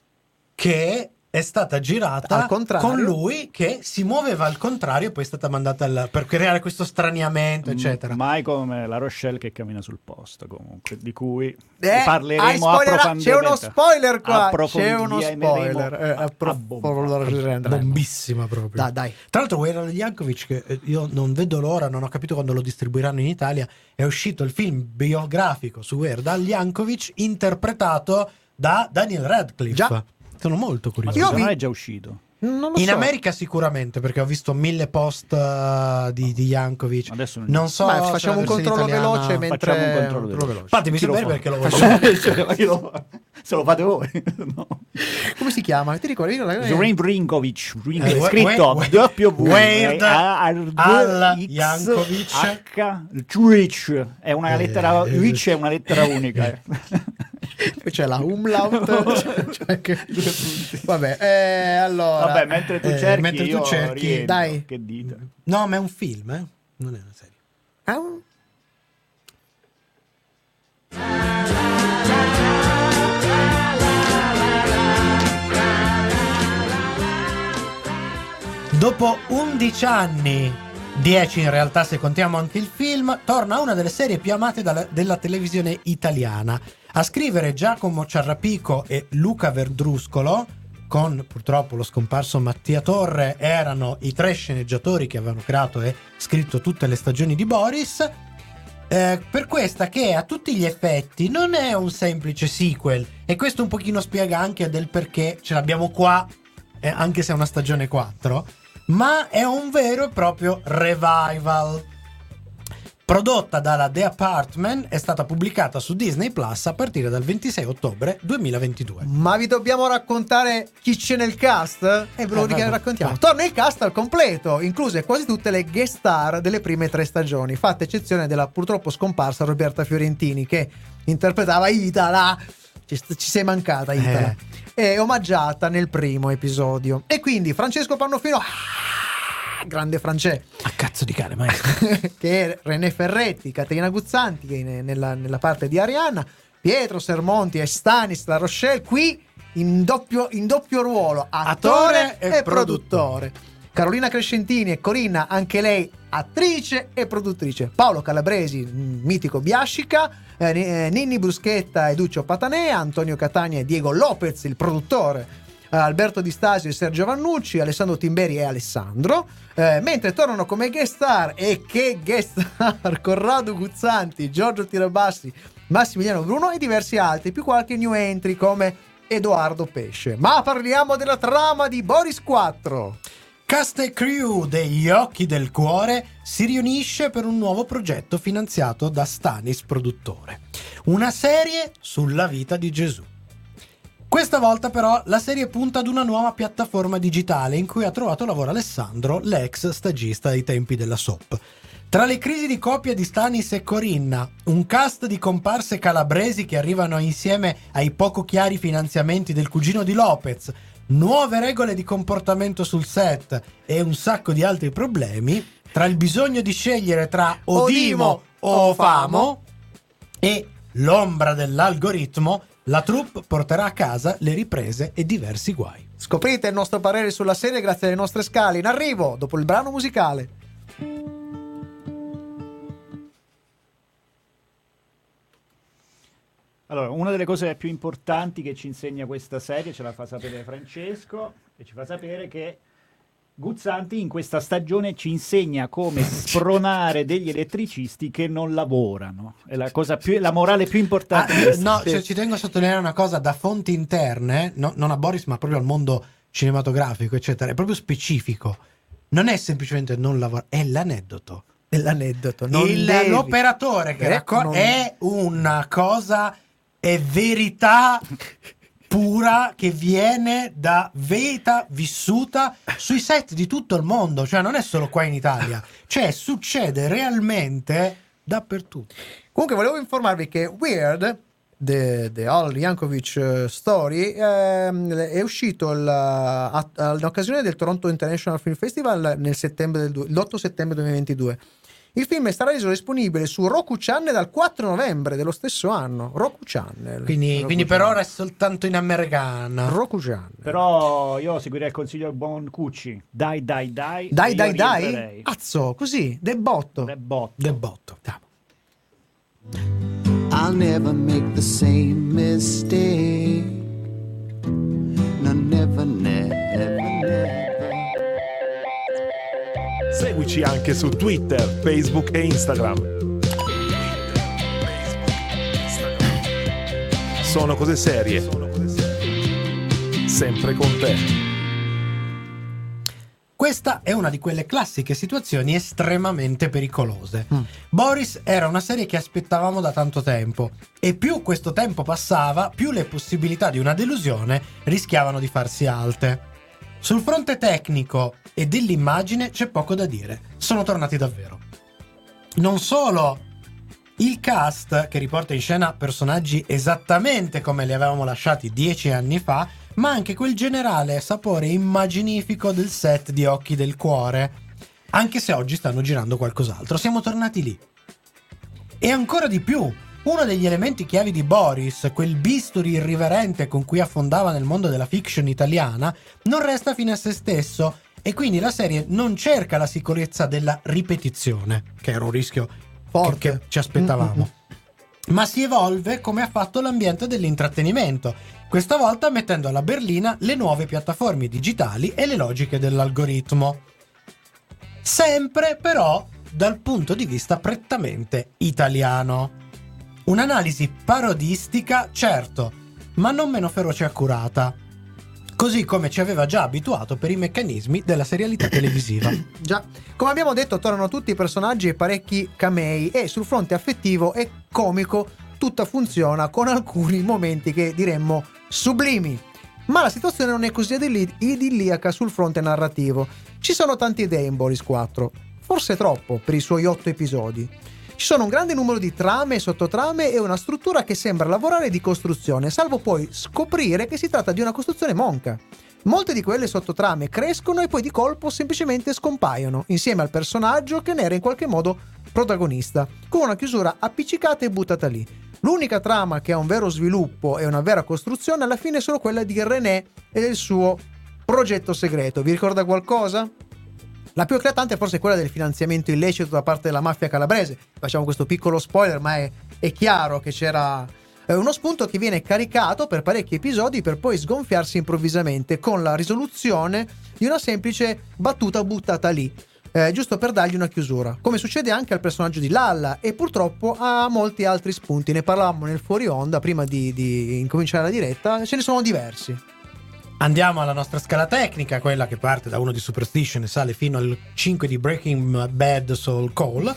che è stata girata Al contrario. con lui che si muoveva al contrario e poi è stata mandata al- per creare questo straniamento, eccetera. Mai come la Rochelle che cammina sul posto, comunque, di cui Eh, hai parleremo spoilerato- approfonditamente. c'è uno spoiler qua, c'è uno Approfondiremo spoiler. Eh, a- a approfondiremo. Bombissima proprio. Dai, dai. Tra l'altro Weird Al Yankovic, che eh, io non vedo l'ora, non ho capito quando lo distribuiranno in Italia, è uscito il film biografico su Weird Al Yankovic interpretato da Daniel Radcliffe. Già. Sono molto Ma curioso. Io scusa, vi- non è già uscito? Non lo In so. America sicuramente, perché ho visto mille post uh, di, di Yankovic. Adesso non- non so Ma se facciamo la un versione controllo italiana- veloce mentre Facciamo un controllo veloce. Fatemi Chi lo sapere fa? perché lo voglio. Cioè, io lo- se lo fate voi. No. Come si chiama? Ti ricordi? Io la- Zrin Brinkovic, Eh, scritto we- W Weird Al Al Yankovic. H Rich è una Eh, lettera eh, Rich è una lettera unica. eh. Poi c'è la umlaut. Cioè che- Vabbè, eh, allora. Vabbè, mentre tu eh, cerchi, mentre tu io cerchi- rientro. Dai. Che dite? No, ma è un film, eh? Non è una serie. È un- Dopo undici anni, dieci in realtà se contiamo anche il film, torna una delle serie più amate dalla- della televisione italiana. A scrivere Giacomo Ciarrapico e Luca Verdruscolo, con purtroppo lo scomparso Mattia Torre, erano i tre sceneggiatori che avevano creato e scritto tutte le stagioni di Boris. Eh, per questa che a tutti gli effetti non è un semplice sequel, e questo un pochino spiega anche del perché ce l'abbiamo qua, eh, anche se è una stagione quattro, ma è un vero e proprio revival. Prodotta dalla The Apartment, è stata pubblicata su Disney Plus a partire dal ventisei ottobre duemilaventidue. Ma vi dobbiamo raccontare chi c'è nel cast? E ve lo Eh, vai, vai, raccontiamo. vai. Torna il cast al completo, incluse quasi tutte le guest star delle prime tre stagioni, fatta eccezione della purtroppo scomparsa Roberta Fiorentini, che interpretava Itala. Ci, ci sei mancata, Itala. Eh. È omaggiata nel primo episodio. E quindi Francesco Pannofino, ah, grande Francesco, cazzo di cane, maestro. che è René Ferretti, Caterina Guzzanti che è nella, nella parte di Arianna, Pietro Sermonti e Stanis La Rochelle qui in doppio, in doppio ruolo, attore, attore e, e produttore. Carolina Crescentini e Corinna, anche lei attrice e produttrice. Paolo Calabresi, mitico Biascica, eh, Ninni Bruschetta e Duccio Patanea, Antonio Catania e Diego Lopez, il produttore, eh, Alberto Di Stasio e Sergio Vannucci, Alessandro Timberi e Alessandro, eh, mentre tornano come guest star, e che guest star, Corrado Guzzanti, Giorgio Tirabassi, Massimiliano Bruno e diversi altri, più qualche new entry come Edoardo Pesce. Ma parliamo della trama di Boris quattro. Cast e crew degli Occhi del Cuore si riunisce per un nuovo progetto finanziato da Stanis Produttore. Una serie sulla vita di Gesù. Questa volta però la serie punta ad una nuova piattaforma digitale in cui ha trovato lavoro Alessandro, l'ex stagista ai tempi della soap. Tra le crisi di coppia di Stanis e Corinna, un cast di comparse calabresi che arrivano insieme ai poco chiari finanziamenti del cugino di Lopez, nuove regole di comportamento sul set e un sacco di altri problemi, tra il bisogno di scegliere tra Odimo o Famo e l'ombra dell'algoritmo, la troupe porterà a casa le riprese e diversi guai. Scoprite il nostro parere sulla serie grazie alle nostre scale in arrivo dopo il brano musicale. Allora, una delle cose più importanti che ci insegna questa serie ce la fa sapere Francesco, e ci fa sapere che Guzzanti in questa stagione ci insegna come spronare degli elettricisti che non lavorano. È la cosa più, la morale più importante. Ah, eh, no, cioè, ci tengo a sottolineare una cosa da fonti interne, no, non a Boris ma proprio al mondo cinematografico, eccetera. È proprio specifico. Non è semplicemente non lavorare, è l'aneddoto. È l'aneddoto. Non Il, devi. L'operatore che Eh, raccoglie non- è una cosa, è verità pura che viene da vita vissuta sui set di tutto il mondo, cioè non è solo qua in Italia, cioè succede realmente dappertutto. Comunque volevo informarvi che Weird, The, the Al Yankovic uh, Story, ehm, è uscito il, a, all'occasione del Toronto International Film Festival nel settembre del, du- l'otto settembre duemilaventidue. Il film sarà reso disponibile su Roku Channel dal quattro novembre dello stesso anno. Roku Channel. Quindi, Roku quindi per Channel. ora è soltanto in americana. Roku Channel. Però io seguirei il consiglio del buon Cucci. Dai, dai, dai. Dai, e dai, io dai. rientrerei. Azzo, così, del botto. Del botto. Del botto. I'll never make the same mistake. No, never, never, never. Seguici anche su Twitter, Facebook e Instagram. Sono cose serie. Sempre con te. Questa è una di quelle classiche situazioni estremamente pericolose. Mm. Boris era una serie che aspettavamo da tanto tempo e più questo tempo passava, più le possibilità di una delusione rischiavano di farsi alte. Sul fronte tecnico e dell'immagine c'è poco da dire. Sono tornati davvero. Non solo il cast, che riporta in scena personaggi esattamente come li avevamo lasciati dieci anni fa, ma anche quel generale sapore immaginifico del set di Occhi del Cuore, anche se oggi stanno girando qualcos'altro. Siamo tornati lì. E ancora di più, uno degli elementi chiavi di Boris, quel bisturi irriverente con cui affondava nel mondo della fiction italiana, non resta fine a se stesso, e quindi la serie non cerca la sicurezza della ripetizione, che era un rischio forte che, che ci aspettavamo, mm-hmm. ma si evolve come ha fatto l'ambiente dell'intrattenimento, questa volta mettendo alla berlina le nuove piattaforme digitali e le logiche dell'algoritmo. Sempre però dal punto di vista prettamente italiano. Un'analisi parodistica, certo, ma non meno feroce e accurata. Così come ci aveva già abituato per i meccanismi della serialità televisiva. Già, come abbiamo detto, tornano tutti i personaggi e parecchi camei, e sul fronte affettivo e comico tutta funziona, con alcuni momenti che diremmo sublimi. Ma la situazione non è così idilliaca sul fronte narrativo. Ci sono tante idee in Boris quattro, forse troppo per i suoi otto episodi. Ci sono un grande numero di trame e sottotrame e una struttura che sembra lavorare di costruzione, salvo poi scoprire che si tratta di una costruzione monca. Molte di quelle sottotrame crescono e poi di colpo semplicemente scompaiono, insieme al personaggio che ne era in qualche modo protagonista, con una chiusura appiccicata e buttata lì. L'unica trama che ha un vero sviluppo e una vera costruzione alla fine è solo quella di René e del suo progetto segreto. Vi ricorda qualcosa? La più eclatante è forse quella del finanziamento illecito da parte della mafia calabrese. Facciamo questo piccolo spoiler, ma è, è chiaro che c'era eh, uno spunto che viene caricato per parecchi episodi per poi sgonfiarsi improvvisamente con la risoluzione di una semplice battuta buttata lì. Eh, giusto per dargli una chiusura, come succede anche al personaggio di Lalla e purtroppo a molti altri spunti. Ne parlavamo nel fuori onda prima di, di incominciare la diretta, ce ne sono diversi. Andiamo alla nostra scala tecnica, quella che parte da uno di Superstition e sale fino al cinque di Breaking Bad Soul Call.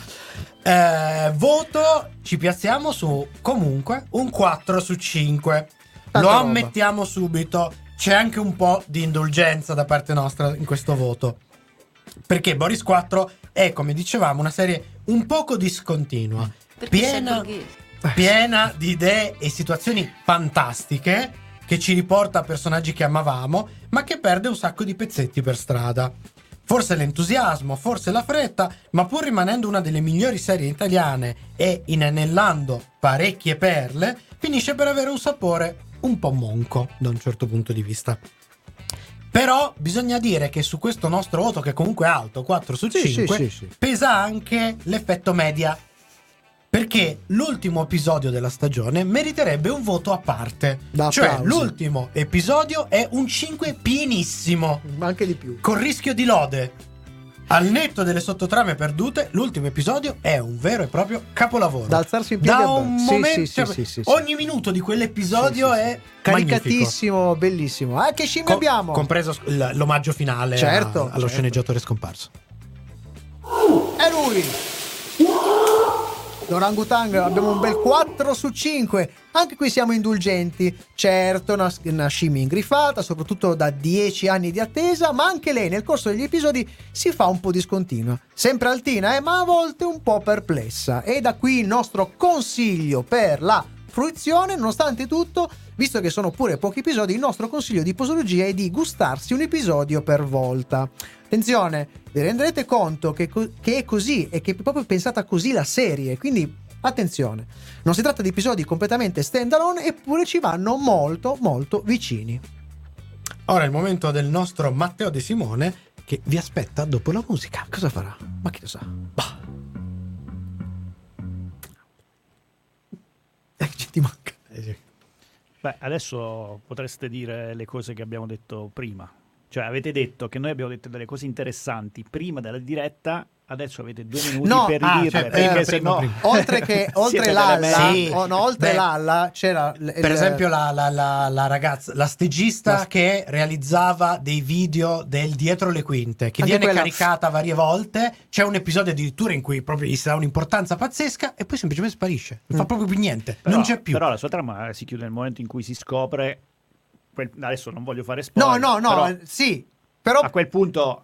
Eh, voto, ci piazziamo su comunque un quattro su cinque. Tanta Lo roba. ammettiamo subito, c'è anche un po' di indulgenza da parte nostra in questo voto. Perché Boris quattro è, come dicevamo, una serie un poco discontinua, piena, piena di idee e situazioni fantastiche, che ci riporta a personaggi che amavamo, ma che perde un sacco di pezzetti per strada. Forse l'entusiasmo, forse la fretta, ma pur rimanendo una delle migliori serie italiane e inanellando parecchie perle, finisce per avere un sapore un po' monco da un certo punto di vista. Però bisogna dire che su questo nostro voto, che comunque è alto, quattro su Sì, cinque, sì, sì, sì. pesa anche l'effetto media. Perché l'ultimo episodio della stagione meriterebbe un voto a parte. Da Cioè, applausi. l'ultimo episodio è un cinque pienissimo, Ma anche di più. con rischio di lode. Al netto delle sottotrame perdute, l'ultimo episodio è un vero e proprio capolavoro. Da alzarsi in piedi Da e un beh. Sì, momento, sì, sì, cioè, sì, sì, sì. ogni minuto di quell'episodio Sì, sì, sì. è magnifico. Caricatissimo, bellissimo. Ah, che scimmie Co- abbiamo? Compreso sc- l- l'omaggio finale Certo, a- allo certo. sceneggiatore scomparso. È lui! L'orangutang, abbiamo un bel quattro su cinque. Anche qui siamo indulgenti. Certo, una, una scimmia ingrifata, soprattutto da dieci anni di attesa, ma anche lei nel corso degli episodi si fa un po' discontinua. Sempre altina, eh, ma a volte un po' perplessa. E da qui il nostro consiglio per la fruizione. Nonostante tutto, visto che sono pure pochi episodi, il nostro consiglio di posologia è di gustarsi un episodio per volta. Attenzione, vi renderete conto che, co- che è così e che è proprio pensata così la serie, quindi attenzione, non si tratta di episodi completamente stand alone, eppure ci vanno molto molto vicini. Ora è il momento del nostro Matteo De Simone, che vi aspetta dopo la musica. Cosa farà? Ma chi lo sa? Bah. Eh, ci ti manca. Beh, adesso potreste dire le cose che abbiamo detto prima. Cioè, avete detto che noi abbiamo detto delle cose interessanti prima della diretta, adesso avete due minuti No, per ah, dirle, cioè, perché eh, se prima, no... prima. Oltre che oltre Siete l'alla, delle merda. Sì. oh, no, oltre Beh, l'alla c'era l- Per il- esempio la, la- la- la ragazza, la stagista La- che realizzava dei video del dietro le quinte, che Anche viene quella- caricata varie volte. C'è un episodio addirittura in cui proprio gli si dà un'importanza pazzesca e poi semplicemente sparisce. Non fa Mm. proprio più niente, Però- non c'è più. Però la sua trama si chiude nel momento in cui si scopre... quel- Adesso non voglio fare No, spoiler. no, no, però eh, sì, però a quel punto...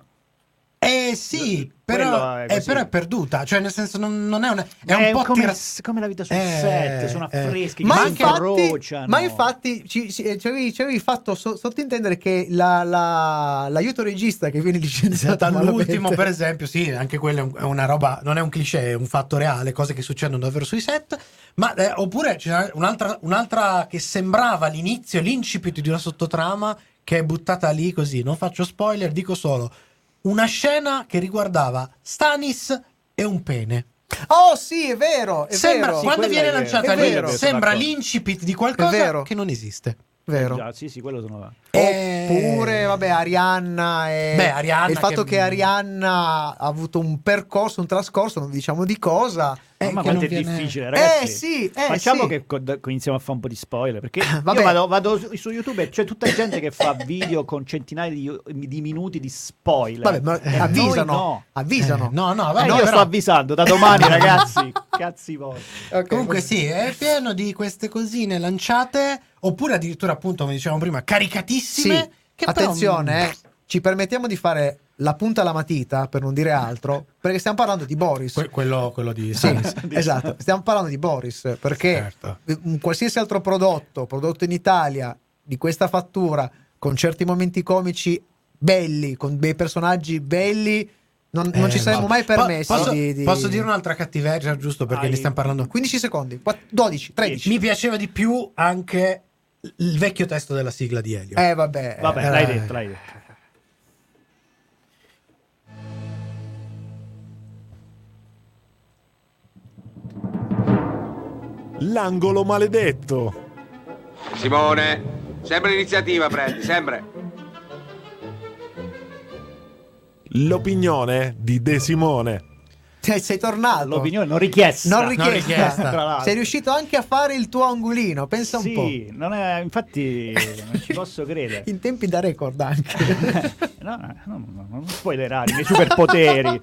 Eh sì, Quello però è è, così. però è perduta, cioè nel senso non, non è una... È È un po' come, tira- come la vita sul Eh, set, sono eh. affreschi, ma che si infatti, incrociano. ma infatti ci, ci, ci avevi, ci avevi fatto so- sottintendere che la, la- l'aiuto regista che viene licenziato Dall'ultimo, malamente- per esempio, sì, anche quella è un- è una roba, non è un cliché, è un fatto reale, cose che succedono davvero sui set. Ma eh, oppure c'è un'altra, un'altra che sembrava l'inizio, l'incipit di una sottotrama che è buttata lì così. Non faccio spoiler, dico solo una scena che riguardava Stanis e un pene. Oh sì, è vero, è Sembra, vero. Sì, quando quella viene è vero, lanciata è lì, vero. sembra Sono l'incipit di È qualcosa vero. che non esiste. vero. Già, sì, sì, quello sono... Eh, Oppure, vabbè, Arianna e Beh, Arianna il fatto che- che... Arianna ha avuto un percorso, un trascorso, non diciamo di cosa. Eh, ma che quanto non è viene- difficile, ragazzi. Eh sì, eh Facciamo sì. che co- da- iniziamo a fare un po' di spoiler, perché Vabbè. io vado, vado su, su YouTube e c'è tutta gente che fa video con centinaia di, di minuti di spoiler. Vabbè, ma Eh, avvisano, noi no. avvisano. Eh, no, no, Eh, vabbè, io però- sto avvisando da domani, ragazzi. Cazzi voi. Ok, Comunque vabbè. sì, è pieno di queste cosine lanciate, oppure addirittura appunto, come dicevamo prima, caricatissime. Sì, che però- attenzione, eh, ci permettiamo di fare la punta alla matita, per non dire altro, perché stiamo parlando di Boris. Que- quello, quello di Sì, Stanis. esatto, stiamo parlando di Boris, perché Certo. un qualsiasi altro prodotto, prodotto in Italia, di questa fattura, con certi momenti comici belli, con dei personaggi belli, non, non Eh, ci saremmo no. mai Po- permessi posso, di, di- posso dire un'altra cattiveria, giusto perché Vai. ne stiamo parlando? quindici secondi, Quatt- dodici, tredici. Mi piaceva di più anche il vecchio testo della sigla di Elio. Eh vabbè, Vabbè, eh, l'hai detto, l'hai detto. L'angolo maledetto. Simone, sempre l'iniziativa prendi, sempre. L'opinione di De Simone. eh, sei tornato. L'opinione non richiesta. Non richiesta. Non richiesta. Tra l'altro. Sei riuscito anche a fare il tuo angolino, pensa un Sì, non è, infatti non ci posso po'. credere. In tempi da record anche. No, no, no, no, non spoilerare i miei superpoteri.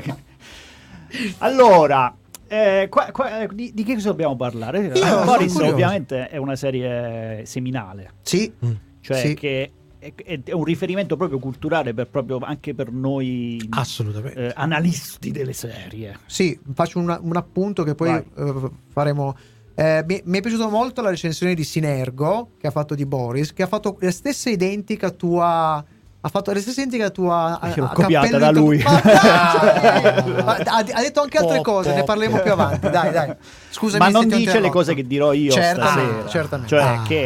Allora, eh, qua- qua- di, di che cosa dobbiamo parlare? Io sono Boris curioso. ovviamente è una serie seminale, Sì, cioè sì. che è, è un riferimento proprio culturale per, proprio anche per noi Assolutamente. eh, analisti delle serie. Sì, faccio un, un appunto che poi Vai. eh, faremo. Eh, mi, mi è piaciuto molto la recensione di Sinergo che ha fatto di Boris, che ha fatto la stessa identica tua. Ha fatto la stessa identica tua. Perché l'ho a- a copiata cappello da di- lui. Ma dai! Ma ha, ha detto anche altre Po, cose, po, ne parleremo po. più avanti. Dai, dai. Scusami Ma se non ti ho dice le interrotto. cose che dirò io Certamente, stasera. certamente. Cioè Ah. che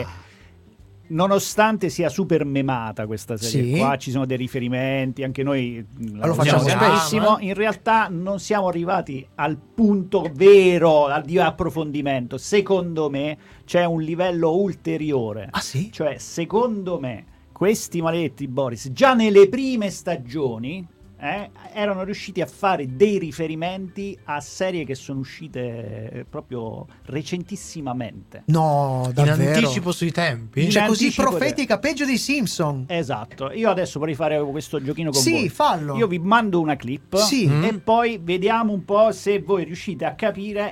nonostante sia super memata questa serie Sì. qua, ci sono dei riferimenti, anche noi mh, la lo facciamo usiamo spesso, tantissimo, eh. in realtà non siamo arrivati al punto vero al- di approfondimento. Secondo me c'è un livello ulteriore. Ah sì? Cioè, secondo me, questi maledetti Boris, già nelle prime stagioni, eh, erano riusciti a fare dei riferimenti a serie che sono uscite eh, proprio recentissimamente. No, In davvero. anticipo sui tempi. In Cioè, così anticipo profetica, peggio dei Simpson. Esatto, io adesso vorrei fare questo giochino con Sì, voi. fallo. Io vi mando una clip Sì. e poi vediamo un po' se voi riuscite a capire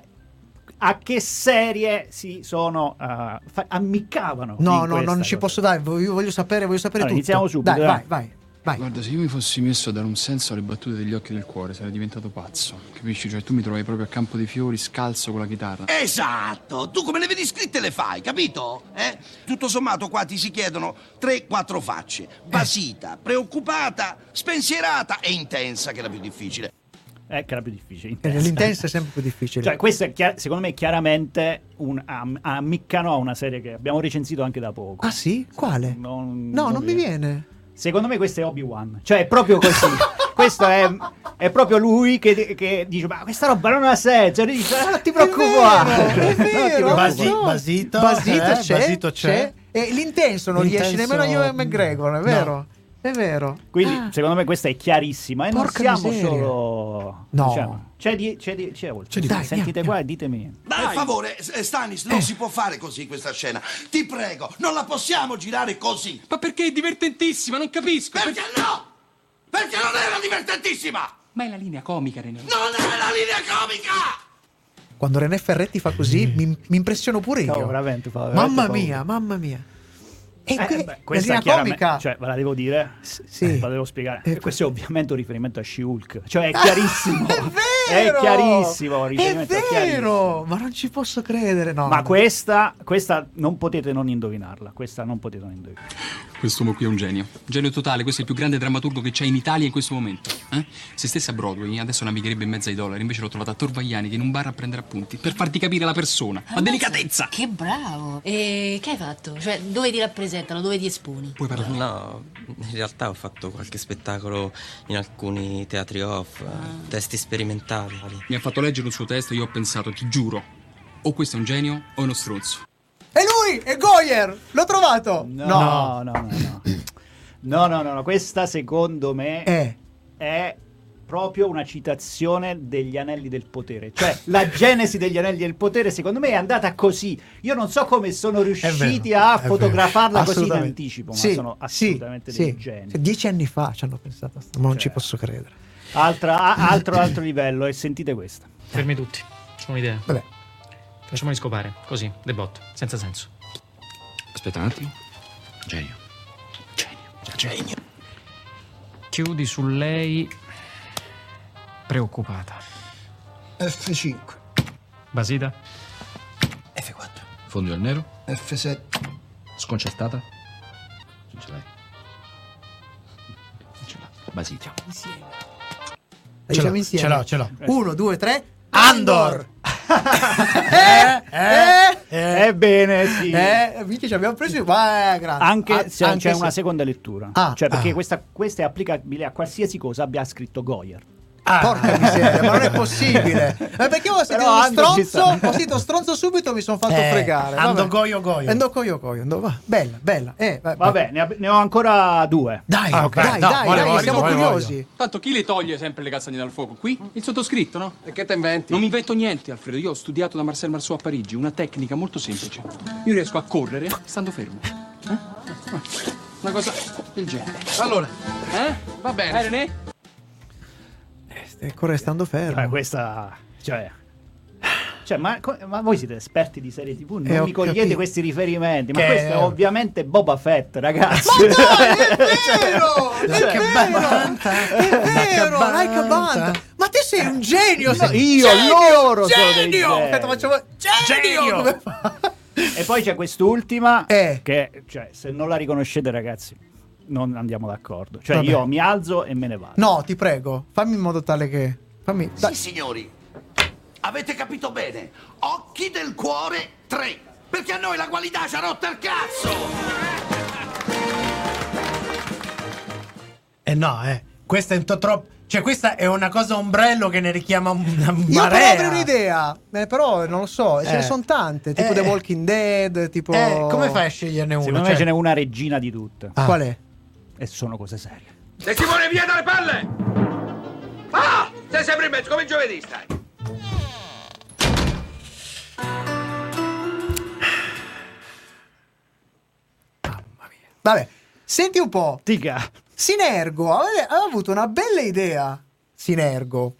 a che serie si sono uh, fa- ammiccavano. No, in no, non questa ci cosa. posso dare. Voglio, voglio sapere, voglio sapere Allora, tutto. iniziamo subito, Dai, dai. vai, vai, vai. Guarda, se io mi fossi messo a dare un senso alle battute degli occhi del cuore, sarei diventato pazzo. Capisci? Cioè, tu mi trovi proprio a Campo dei Fiori, scalzo con la chitarra. Esatto, tu come le vedi scritte le fai, capito? Eh? Tutto sommato qua ti si chiedono tre quattro facce. Basita, preoccupata, spensierata e intensa, che è la più difficile. Eh, che era più difficile. Eh, intensa. L'intensa è sempre più difficile. Cioè, questo è chiar- secondo me chiaramente un am- ammiccano a una serie che abbiamo recensito anche da poco. Ah sì? Quale? Non- no, non non mi viene. Secondo me questo è Obi-Wan, cioè è proprio così. Questo è, è proprio lui che, che dice: ma questa roba non ha senso. E lui dice: "Ah, non ti preoccupare, È vero, è Non ti vero, preoccupare." Basi- no. Basito, Basito eh, c'è, Basito c'è. E l'intenso non L'intenso- riesce nemmeno io e McGregor, è vero? No. È vero. Quindi Ah, secondo me questa è chiarissima. E non Porca siamo miseria. solo. No. C'è, c'è, di, c'è, di, c'è oltre. C'è di- Dai, dai, sentite andiamo, qua e ditemi. Per favore, S- Stanis, non si può fare così questa scena. Ti prego, non la possiamo girare così. Ma perché è divertentissima, non capisco. Perché no? Perché non era divertentissima! Ma è la linea comica, René. Non è la linea comica! Quando René Ferretti fa così mi, mi impressiono pure io. Cavolo, veramente, fa veramente mamma paura. mia, mamma mia. E Eh, que- beh, la questa linea chiaramente, comica. cioè, ve la devo dire, S- sì. ve la devo spiegare. Eh, questo è ovviamente un riferimento a She-Hulk, cioè è chiarissimo. È vero! È chiarissimo. È riferimento vero! chiarissimo. Ma non ci posso credere, no. Ma no. questa, questa non potete non indovinarla. Questa non potete non indovinarla. Quest'uomo qui è un genio. Genio totale, questo è il più grande drammaturgo che c'è in Italia in questo momento. Eh? Se stesse a Broadway adesso navigherebbe in mezzo ai dollari, invece l'ho trovato a Torvagliani che in un bar a prendere appunti, per farti capire la persona, la delicatezza. Che bravo! E che hai fatto? Cioè, dove ti rappresentano? Dove ti esponi? Puoi parlare? No, in realtà ho fatto qualche spettacolo in alcuni teatri off, eh, testi sperimentali. Mi ha fatto leggere un suo testo e io ho pensato, ti giuro, o questo è un genio o è uno stronzo. È lui! È Goyer! L'ho trovato! No, no, no, no. No, no, no, no, no. Questa secondo me Eh. è proprio una citazione degli Anelli del Potere. Cioè, la genesi degli Anelli del Potere, secondo me, è andata così. Io non so come sono riusciti vero, a è vero. fotografarla così in Assolutamente. anticipo, ma Sì, sono sì, assolutamente sì. dei geni. Cioè, dieci anni fa ci hanno pensato a sta- ma non ci posso credere. Altra, a- altro, altro livello, e sentite questa. Fermi tutti. C'ho un'idea. Vabbè. Facciamoli scopare, così, de botto, senza senso. Aspetta un attimo. Genio. Genio. Chiudi su lei preoccupata. F cinque. Basita? F quattro. Fondo al nero. F sette. Sconcertata. Chi ce l'hai? Chi ce l'ha? Basita. Ce l'ho, ce l'ho, ce l'ho. Uno, due, tre. Andor! eh, eh, eh, Ebbene, sì. Eh, Vicky, ci abbiamo preso. Ma, eh, grande. Anche Ah, se anche c'è se- una seconda lettura. Ah, cioè, perché ah. questa, questa è applicabile a qualsiasi cosa abbia scritto Goyer. Ah, Porca miseria, ma non è possibile. Eh, perché io ho sentito Però uno Andor ci stronzo, sta. ho sentito stronzo subito, mi sono fatto Eh, fregare. Ando Vabbè. goio goio. Ando goio goio. ando- va, Bella, bella. Eh, vai, vai. Vabbè, ne, ab- ne ho ancora due. Dai, Ah, ok. dai, No, dai, voglio, dai, voglio, siamo voglio, curiosi. Tanto chi le toglie sempre le castagne dal fuoco? Qui? Il sottoscritto, no? E che te inventi? Non mi invento niente, Alfredo. Io ho studiato da Marcel Marceau a Parigi una tecnica molto semplice. Io riesco a correre stando fermo. Eh? Una cosa del genere. Allora, Eh? Va bene. Eh, René? Stai ancora restando fermo. Eh, questa. Cioè. Cioè, ma, co- ma voi siete esperti di serie tivù? Non Eh, ho mi cogliete capito. questi riferimenti. Ma Che- questo è ovviamente Boba Fett, ragazzi. Ma dai, è vero! La È vero! cabanta, È la vero! cabanta. Like a banda! Ma te sei un genio! No, sei- io, genio, loro sono dei genio! geni. Aspetta, facciamo. Genio! Genio! Come fa? E poi c'è quest'ultima Eh. che, cioè, se non la riconoscete, ragazzi, non andiamo d'accordo. Cioè, Vabbè. io mi alzo e me ne vado. No, ti prego, fammi in modo tale che. Fammi. Sì, Dai. signori, avete capito bene. Occhi del cuore tre. Perché a noi la qualità ci ha rotto il cazzo. Eh no, eh. Questa è un po' troppo. Cioè, questa è una cosa ombrello che ne richiama una Io marea. però avrei un'idea, eh, però non lo so, ce Eh. ne sono tante, tipo Eh. The Walking Dead, tipo. Eh, come fai a sceglierne una? Secondo Cioè- me ce n'è una regina di tutte. Ah. Qual è? E sono cose serie. E Simone, via dalle palle! Ah! Sei sempre in mezzo, come il giovedì stai. Vabbè, senti un po'. Dica. Sinergo aveva, aveva avuto una bella idea. Sinergo.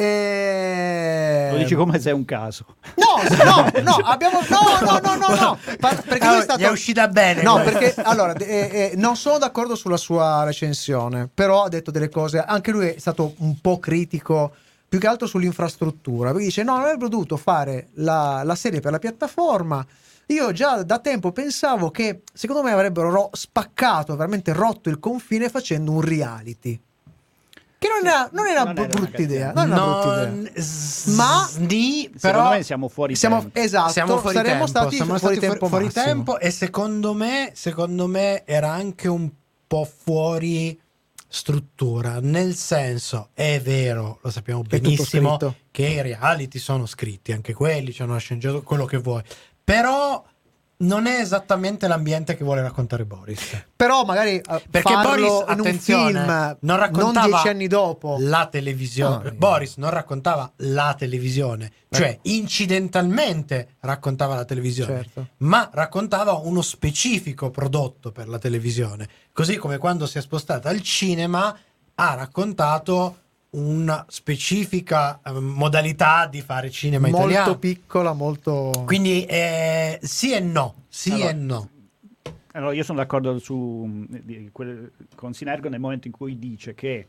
E... Lo dici come se è un caso. No, sì, no, no, abbiamo. No, no, no, no, no. Pa- perché lui Allora, è stato. gli è uscita bene. No, questa. perché allora eh, eh, non sono d'accordo sulla sua recensione, però ha detto delle cose. Anche lui è stato un po' critico, più che altro sull'infrastruttura. Perché dice: no, non avrebbero dovuto fare la, la serie per la piattaforma. Io già da tempo pensavo che secondo me avrebbero ro- spaccato, veramente rotto il confine facendo un reality. Che non era, non era Non br- era brutta una idea, non era una brutta idea. Non s- Ma di, Secondo però me siamo fuori siamo, tempo. esatto, siamo fuori saremmo tempo, stati siamo fuori stati tempo, fuori massimo. tempo e secondo me, secondo me era anche un po' fuori struttura, nel senso, è vero, lo sappiamo tutto benissimo scritto. che i reality sono scritti, anche quelli, c'è una sceneggiatura, quello che vuoi, però non è esattamente l'ambiente che vuole raccontare Boris. Però magari eh, Perché farlo Boris, in un attenzione, film non raccontava dieci anni dopo. la televisione. No, Boris non raccontava la televisione, cioè incidentalmente raccontava la televisione, Certo. ma raccontava uno specifico prodotto per la televisione. Così come quando si è spostata al cinema ha raccontato una specifica eh, modalità di fare cinema molto italiano. piccola, molto. Quindi eh, sì e no, sì Allora, e no. Allora, io sono d'accordo su, di- quel- con Sinergo nel momento in cui dice che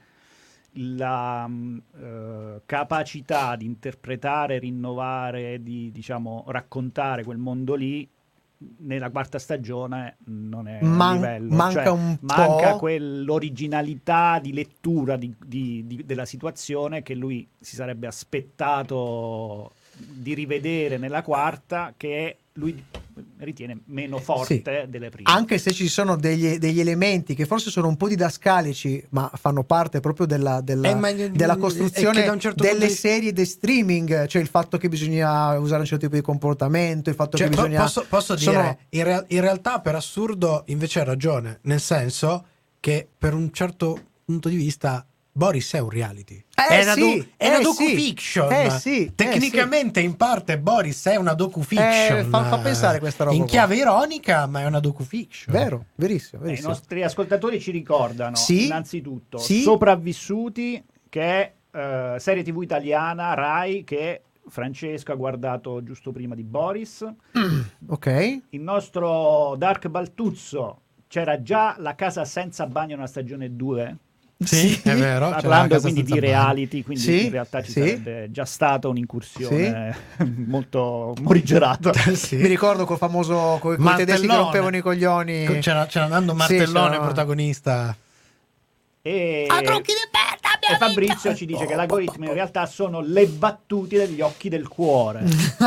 la mh, eh, capacità di interpretare, rinnovare, di diciamo raccontare quel mondo lì nella quarta stagione non è Man- a livello. manca Cioè, un manca po'. quell'originalità di lettura di- di- di- della situazione che lui si sarebbe aspettato di rivedere nella quarta, che lui ritiene meno forte delle prime. Anche se ci sono degli, degli elementi che forse sono un po' didascalici, ma fanno parte proprio della, della, Eh, ma- della è costruzione che da un certo delle punto di- serie di streaming, cioè il fatto che bisogna usare un certo tipo di comportamento, il fatto Cioè, che po- bisogna. posso, posso sono- dire, in, rea- in realtà per assurdo invece ha ragione, nel senso che per un certo punto di vista Boris è un reality. Eh è una, sì, do- è una eh docu-fiction. sì, eh sì, eh Tecnicamente in parte Boris è una docu-fiction. Eh, fa- fa pensare questa roba In qua. chiave ironica, ma è una docu-fiction. Vero, verissimo, Eh, I verissimo. nostri ascoltatori ci ricordano Sì. innanzitutto Sì. Sopravvissuti, che è eh, serie tivù italiana Rai che Francesco ha guardato giusto prima di Boris. Ok. Il nostro Dark Baltuzzo, c'era già La casa senza bagno nella stagione due. Sì, è vero. c'è la Parlando casa quindi di senza bagno. reality, quindi Sì, in realtà ci sì. sarebbe già stata un'incursione molto morigerata. Sì. Mi ricordo col famoso con i tedeschi che Martellone. rompevano i coglioni. Co- C'era, c'era Nando Sì, Martellone, c'era- protagonista. E... A trucchi di merda, e Fabrizio ci dice che l'algoritmo in realtà sono le battute degli occhi del cuore.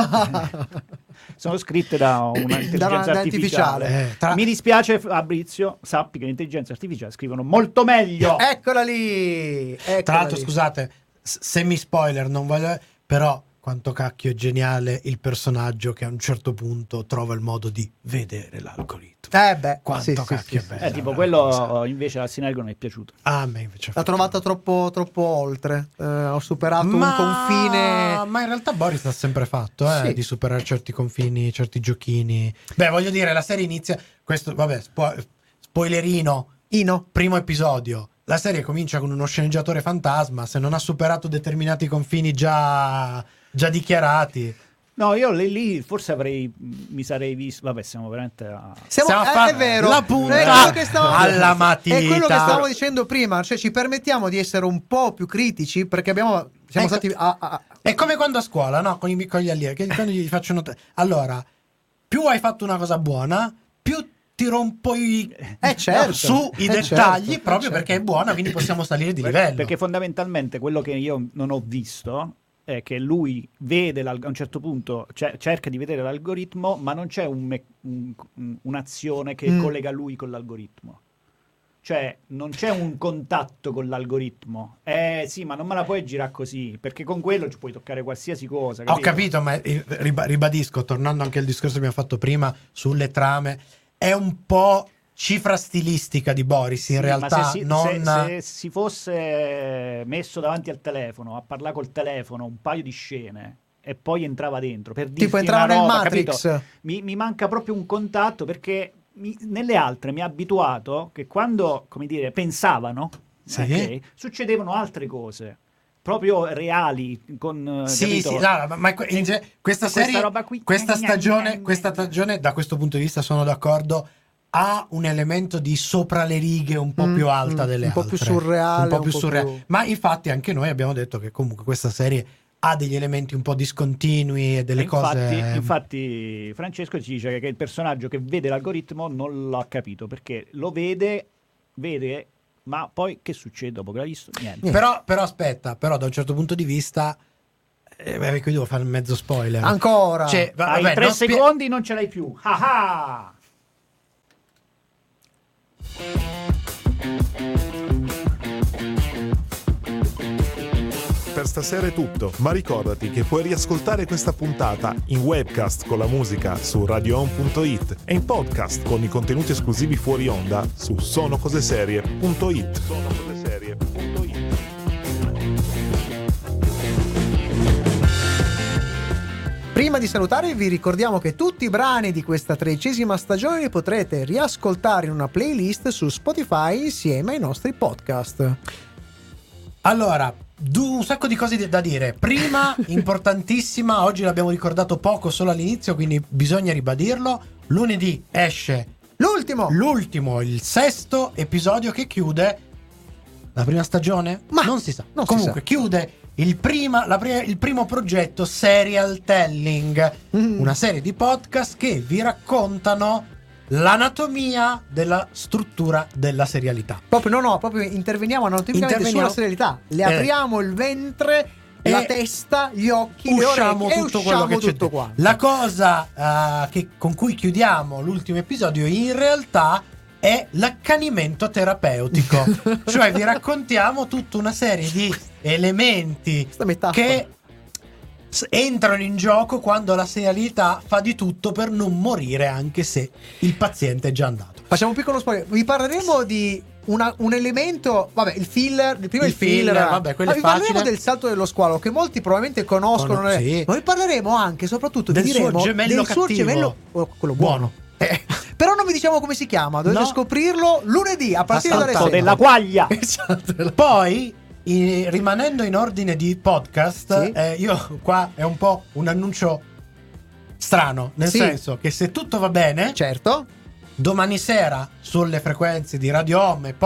Sono scritte da un'intelligenza Da una- da artificiale. artificiale. Eh, tra- Mi dispiace Fabrizio, sappi che l'intelligenza artificiale scrivono molto meglio. Eccola lì. Eccola Tra l'altro, lì. scusate, s- semi spoiler, non voglio. Però, quanto cacchio è geniale il personaggio che a un certo punto trova il modo di vedere l'algoritmo. Eh beh, Quanto sì, sì, cacchio sì, è sì. bello. Eh, tipo quello invece al Sinergo non è piaciuto. Ah, a me invece. L'ha trovata troppo, troppo oltre. Eh, ho superato ma... un confine. Ma in realtà Boris l'ha sempre fatto, eh, Sì. di superare certi confini, certi giochini. Beh, voglio dire, la serie inizia. Questo, vabbè, spo- spoilerino. Ino. Primo episodio. La serie comincia con uno sceneggiatore fantasma. Se non ha superato determinati confini già, già dichiarati. No, io lì, lì forse avrei mi sarei visto. Vabbè, siamo veramente a... Siamo, Stiamo a eh, fare è vero, la è punta quello che stavamo- alla matita. È quello che stavamo dicendo prima, cioè ci permettiamo di essere un po' più critici perché abbiamo siamo Ecco. stati a, a- È come quando a scuola, no? Con i con gli allievi, che quando gli faccio notare. Allora, più hai fatto una cosa buona, più ti rompo i Eh, certo. su i Eh, dettagli certo, proprio eh, perché è buona, quindi possiamo salire di Per- livello. Perché fondamentalmente quello che io non ho visto è che lui vede l'al- a un certo punto ce- cerca di vedere l'algoritmo, ma non c'è un me- un- un- un'azione che Mm. collega lui con l'algoritmo. Cioè, non c'è un contatto con l'algoritmo. Eh sì, ma non me la puoi girare così, perché con quello ci puoi toccare qualsiasi cosa. Ho capito, ma eh, riba- ribadisco, tornando anche al discorso che abbiamo fatto prima sulle trame, è un po' cifra stilistica di Boris, in Sì, realtà ma se si, non... se- se si fosse messo davanti al telefono a parlare col telefono un paio di scene e poi entrava dentro per dirti tipo entrava una nel roba, Matrix. capito? Mi, mi manca proprio un contatto perché mi- nelle altre mi ha abituato che quando, come dire, pensavano, Sì. ok, succedevano altre cose proprio reali con eh, Sì, capito? sì, no, ma, ma que- in ge- questa Questa serie, roba qui- questa gna, gna, stagione, gna, gna. questa stagione, da questo punto di vista sono d'accordo, ha un elemento di sopra le righe un po' Mm, più alta mm, delle un po' altre. più surreale, un po' un più po' surreale. più- Ma infatti anche noi abbiamo detto che comunque questa serie ha degli elementi un po' discontinui e delle E infatti, cose... infatti Francesco ci dice che il personaggio che vede l'algoritmo non l'ha capito perché lo vede, vede, ma poi che succede dopo che l'ha visto? Niente. Però, però aspetta, però da un certo punto di vista... Eh, beh, qui devo fare il mezzo spoiler. Ancora. Cioè, va- Hai vabbè, tre non spie- secondi non ce l'hai più. Ah ah! Per stasera è tutto, ma ricordati che puoi riascoltare questa puntata in webcast con la musica su radioon punto it e in podcast con i contenuti esclusivi fuori onda su sonocoseserie punto it. sonocoseserie punto it. Prima di salutare vi ricordiamo che tutti i brani di questa tredicesima stagione li potrete riascoltare in una playlist su Spotify insieme ai nostri podcast. Allora, du- un sacco di cose di- da dire. Prima, importantissima, oggi l'abbiamo ricordato poco solo all'inizio, quindi bisogna ribadirlo. Lunedì esce L'ultimo! l'ultimo, il sesto episodio che chiude la prima stagione? Ma non si sa. non si Comunque, sa. chiude il, prima, la pri- il primo progetto Serial Telling, Mm. una serie di podcast che vi raccontano l'anatomia della struttura della serialità. Proprio, no, no, proprio interveniamo anatomicamente Interveniamo- sulla serialità. Le Eh. apriamo il ventre, E la testa, gli occhi, le usciamo orecchie tutto e quello usciamo che c'è tutto dentro. quanto. La cosa eh, che, con cui chiudiamo l'ultimo episodio in realtà è l'accanimento terapeutico. Cioè vi raccontiamo tutta una serie di elementi Questa metafora. che s- entrano in gioco quando la serialità fa di tutto per non morire anche se il paziente è già andato. Facciamo un piccolo spoiler. Vi parleremo di una- un elemento. Vabbè, il filler. Il primo è Il il filler. filler, vabbè, quello Ma è vi parleremo facile. del salto dello squalo, che molti probabilmente conoscono. Cono- sì. Ma vi parleremo anche, soprattutto, Del vi suo diremo gemello del suo cattivo. gemello. oh, quello buono. Eh, Però non vi diciamo come si chiama. Dovete No. scoprirlo lunedì a partire dalle Salto sei. della quaglia. Poi, i- rimanendo in ordine di podcast, Sì. eh, io qua è un po' un annuncio strano, nel Sì. senso che se tutto va bene, Certo. domani sera sulle frequenze di Radio Home e poi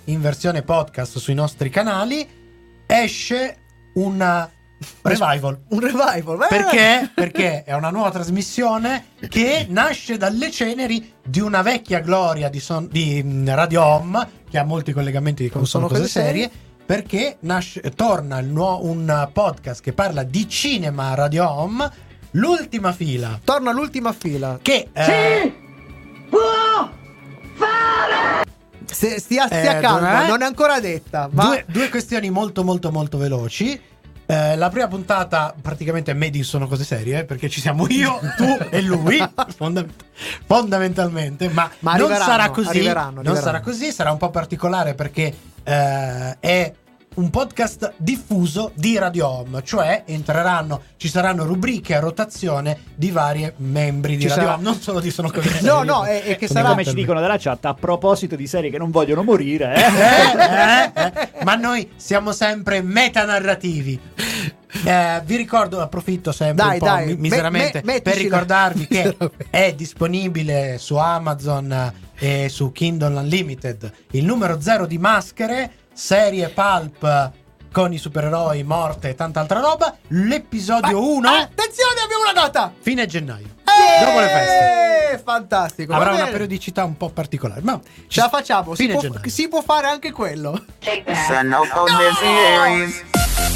in versione podcast sui nostri canali, esce un revival. Un revival, beh. Perché? Perché è una nuova trasmissione che nasce dalle ceneri di una vecchia gloria di, son- di Radio Home, che ha molti collegamenti con Sono Cose Serie, perché nasce, torna il nuovo, un podcast che parla di cinema a Radio Home, L'ultima fila. Torna l'ultima fila. Che eh, può fare. Stia, stia Eh, calma, dov'è? non è ancora detta. Ma due, due questioni molto molto molto veloci. Eh, la prima puntata praticamente è Made in Sono Cose Serie, eh, perché ci siamo io, tu e lui fondament- fondamentalmente, ma, Ma non arriveranno, sarà così, arriveranno, non arriveranno. sarà così, sarà un po' particolare perché eh, è un podcast diffuso di Radio Home, cioè entreranno, ci saranno rubriche a rotazione di varie membri di Ci Radio sarà- Home, non solo di Sono Cose Serie. No, no, è, è che sarà Come ci dicono dalla chat, a proposito di serie che non vogliono morire, eh? Eh, eh, eh. Ma noi siamo sempre metanarrativi. Eh, vi ricordo, approfitto sempre Dai, un po' dai, mi- miseramente me- me- per mettici ricordarvi la- che è disponibile su Amazon e su Kindle Unlimited il numero zero di Maschere, serie pulp con i supereroi, morte e tanta altra roba. L'episodio uno, attenzione, abbiamo una data. fine gennaio, Eh, dopo le feste. Fantastico. va Avrà una bene. periodicità un po' particolare, ma Ce la facciamo. Si Fine può, gennaio. si può fare anche quello. Sono Cose Serie.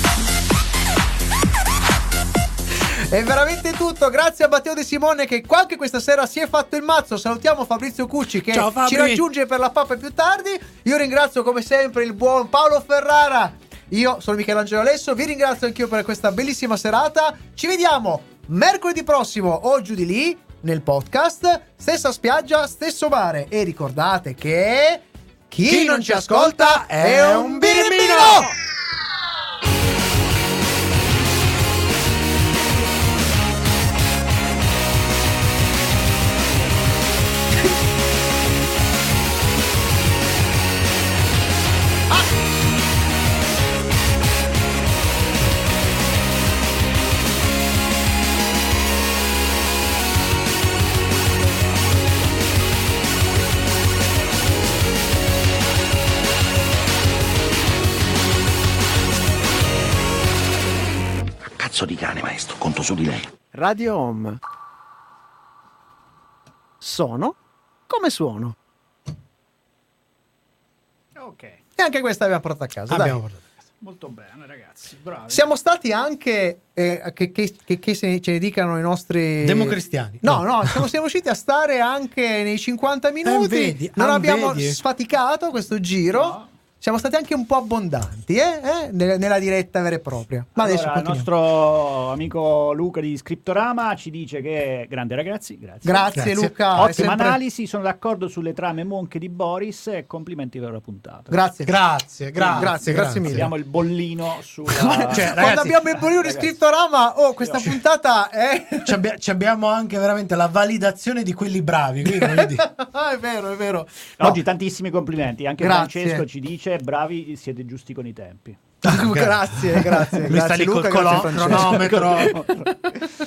È veramente tutto. Grazie a Matteo De Simone che anche questa sera si è fatto il mazzo. Salutiamo Fabrizio Cucci che Ciao, Fabri. ci raggiunge per la pappa più tardi. Io ringrazio come sempre il buon Paolo Ferrara. Io sono Michelangelo Alesso. Vi ringrazio anch'io per questa bellissima serata. Ci vediamo mercoledì prossimo o giù di lì nel podcast. Stessa spiaggia, stesso mare. E ricordate che chi, non ci ascolta è un birimbino. Cazzo di cane, maestro, conto su di lei. Radio Home. Sono come suono. Ok, E anche questa abbiamo portato a casa. dai. abbiamo portato. molto bene ragazzi, bravi. Siamo stati anche eh, che, che, che, che se ce ne dicano i nostri Democristiani. No, no, siamo, siamo riusciti a stare anche nei cinquanta minuti. Eh, vedi, non ah, abbiamo vedi. sfaticato questo giro. No. Siamo stati anche un po' abbondanti, eh? eh? Nella, nella diretta vera e propria. Ma adesso Allora, il continuiamo. nostro amico Luca di Scriptorama ci dice che grande ragazzi, grazie. Grazie, Grazie. Luca. è Ottima sempre- analisi, sono d'accordo sulle trame monche di Boris e complimenti per la puntata. Grazie. Grazie, grazie, Grazie, grazie mille. Abbiamo il bollino sulla... Cioè, Quando ragazzi, abbiamo il bolino di ragazzi. Scriptorama, oh, questa puntata è... Ci, abbia- ci abbiamo anche veramente la validazione di quelli bravi. Quindi, voglio dire, è vero, è vero. No, Oggi tantissimi complimenti, anche Grazie. Francesco ci dice bravi, siete giusti con i tempi. grazie, grazie. lui grazie sta lì Luca, col grazie colo- Francesco. cronometro.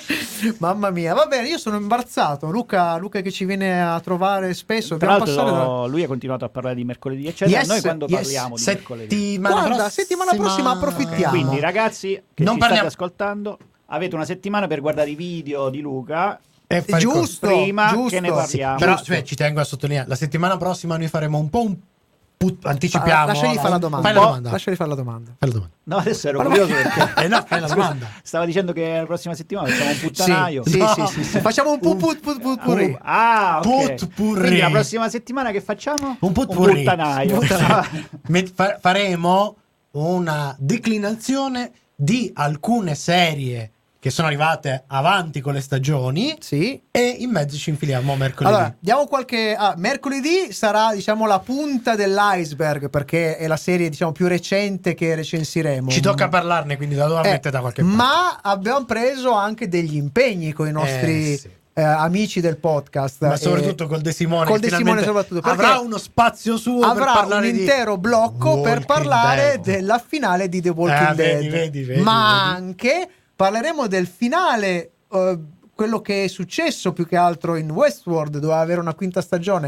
Mamma mia, va bene, io sono imbarazzato. Luca, Luca che ci viene a trovare spesso. Tra Dobbiamo l'altro passare da... lui ha continuato a parlare di mercoledì eccetera. Yes, Noi quando yes. parliamo di mercoledì? Settimana Guarda, prossima, settimana prossima approfittiamo. Quindi ragazzi che Non ci parliamo- state ascoltando, avete una settimana per guardare i video di Luca E fare Giusto, prima giusto. che ne parliamo. Però Giusto. cioè, ci tengo a sottolineare, la settimana prossima noi faremo un po' un put- anticipiamo. Lasciagli fare la un- domanda. Fai la domanda. Lasciagli fare la domanda. Fai la domanda. No, adesso ero curioso perché Eh no, fai la Scusa, domanda. stava dicendo che la prossima settimana facciamo un puttanaio. Sì, No. sì, sì, sì. Facciamo un put put put put purri. Ah, ok. Putpurri. Quindi la prossima settimana che facciamo? Un putpurri. puttanaio. Met- fa- faremo una declinazione di alcune serie che sono arrivate avanti con le stagioni. Sì. E in mezzo ci infiliamo mercoledì. Allora, diamo qualche... Ah, mercoledì sarà, diciamo, la punta dell'iceberg, perché è la serie, diciamo, più recente che recensiremo. Ci tocca parlarne, quindi la devo Eh, mettere da qualche parte. ma abbiamo preso anche degli impegni con i nostri Eh, sì. eh, amici del podcast. Ma Eh, soprattutto col De Simone, col che De Simone finalmente soprattutto, perché avrà uno spazio suo per avrà parlare un di intero blocco per Walking parlare Dead. della finale di The Walking Ah, Dead. vedi, vedi, vedi, ma vedi. anche parleremo del finale, eh, quello che è successo più che altro in Westworld, doveva avere una quinta stagione,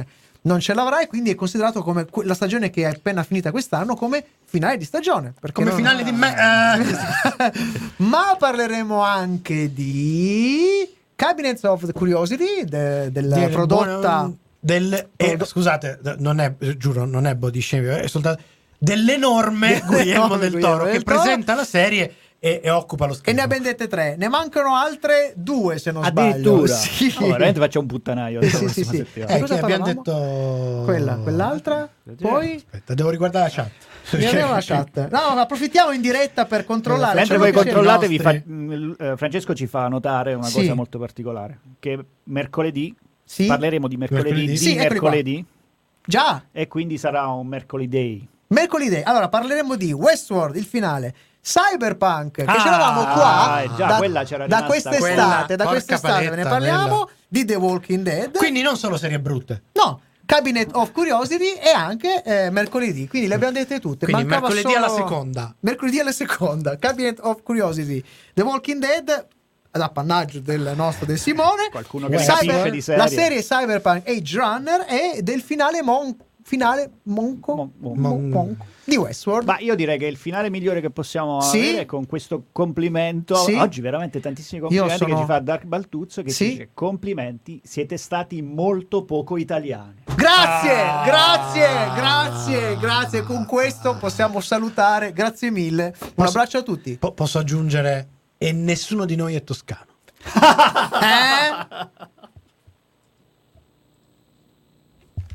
non ce l'avrai, quindi è considerato come que- la stagione che è appena finita quest'anno come finale di stagione. Come non... finale di me. Eh. Ma parleremo anche di Cabinet of the Curiosity, de- della Del prodotta buon- del eh, scusate, non è, giuro, non è body shaming, è soltanto dell'enorme Guillermo del Toro che del Toro. presenta la serie e, e occupa lo E schermo. ne ha ben dette tre, ne mancano altre due se non sbaglio. Addirittura. Sì. Oh, veramente faccio un puttanaio. Sì, la sì, sì, prossima sì. settimana. Eh, Cosa che abbiamo parlavamo? detto Quella, quell'altra, poi Aspetta, devo riguardare la chat. vediamo la chat. No, approfittiamo in diretta per controllare. Mentre C'è voi uno che- controllate, vi fa- nostri. mh, eh, Francesco ci fa notare una Sì. cosa molto particolare: che mercoledì Sì? parleremo di mercoledì, Mercoledì? di Sì, eccoli qua. mercoledì, Già, e quindi sarà un mercoledì. mercoledì. Allora parleremo di Westworld, il finale. Cyberpunk, che Ah, ce l'avamo qua eh, già, da, quella c'era da rimasta. quest'estate, Quella, da porca quest'estate ve ne paletta, parliamo, quella. di The Walking Dead. Quindi non solo serie brutte. No, Cabinet of Curiosity e anche eh, mercoledì, quindi le abbiamo dette tutte. Quindi Mancava mercoledì solo- alla seconda. Mercoledì alla seconda, Cabinet of Curiosity, The Walking Dead, l'appannaggio del nostro del Simone, Qualcuno che Cyber- capisce di serie. la serie Cyberpunk Age Runner e del finale mon- finale monco, Mon- mon- mon- monco di Westworld. Ma io direi che il finale migliore che possiamo Sì. avere è con questo complimento. Sì. Oggi veramente tantissimi Io complimenti sono- che ci fa Dark Baltuzzo, che Sì. ci dice: complimenti, siete stati molto poco italiani. Grazie, Ah. grazie, grazie, grazie. Con questo possiamo salutare. Grazie mille. Un Posso- abbraccio a tutti. Po- posso aggiungere e nessuno di noi è toscano. Eh?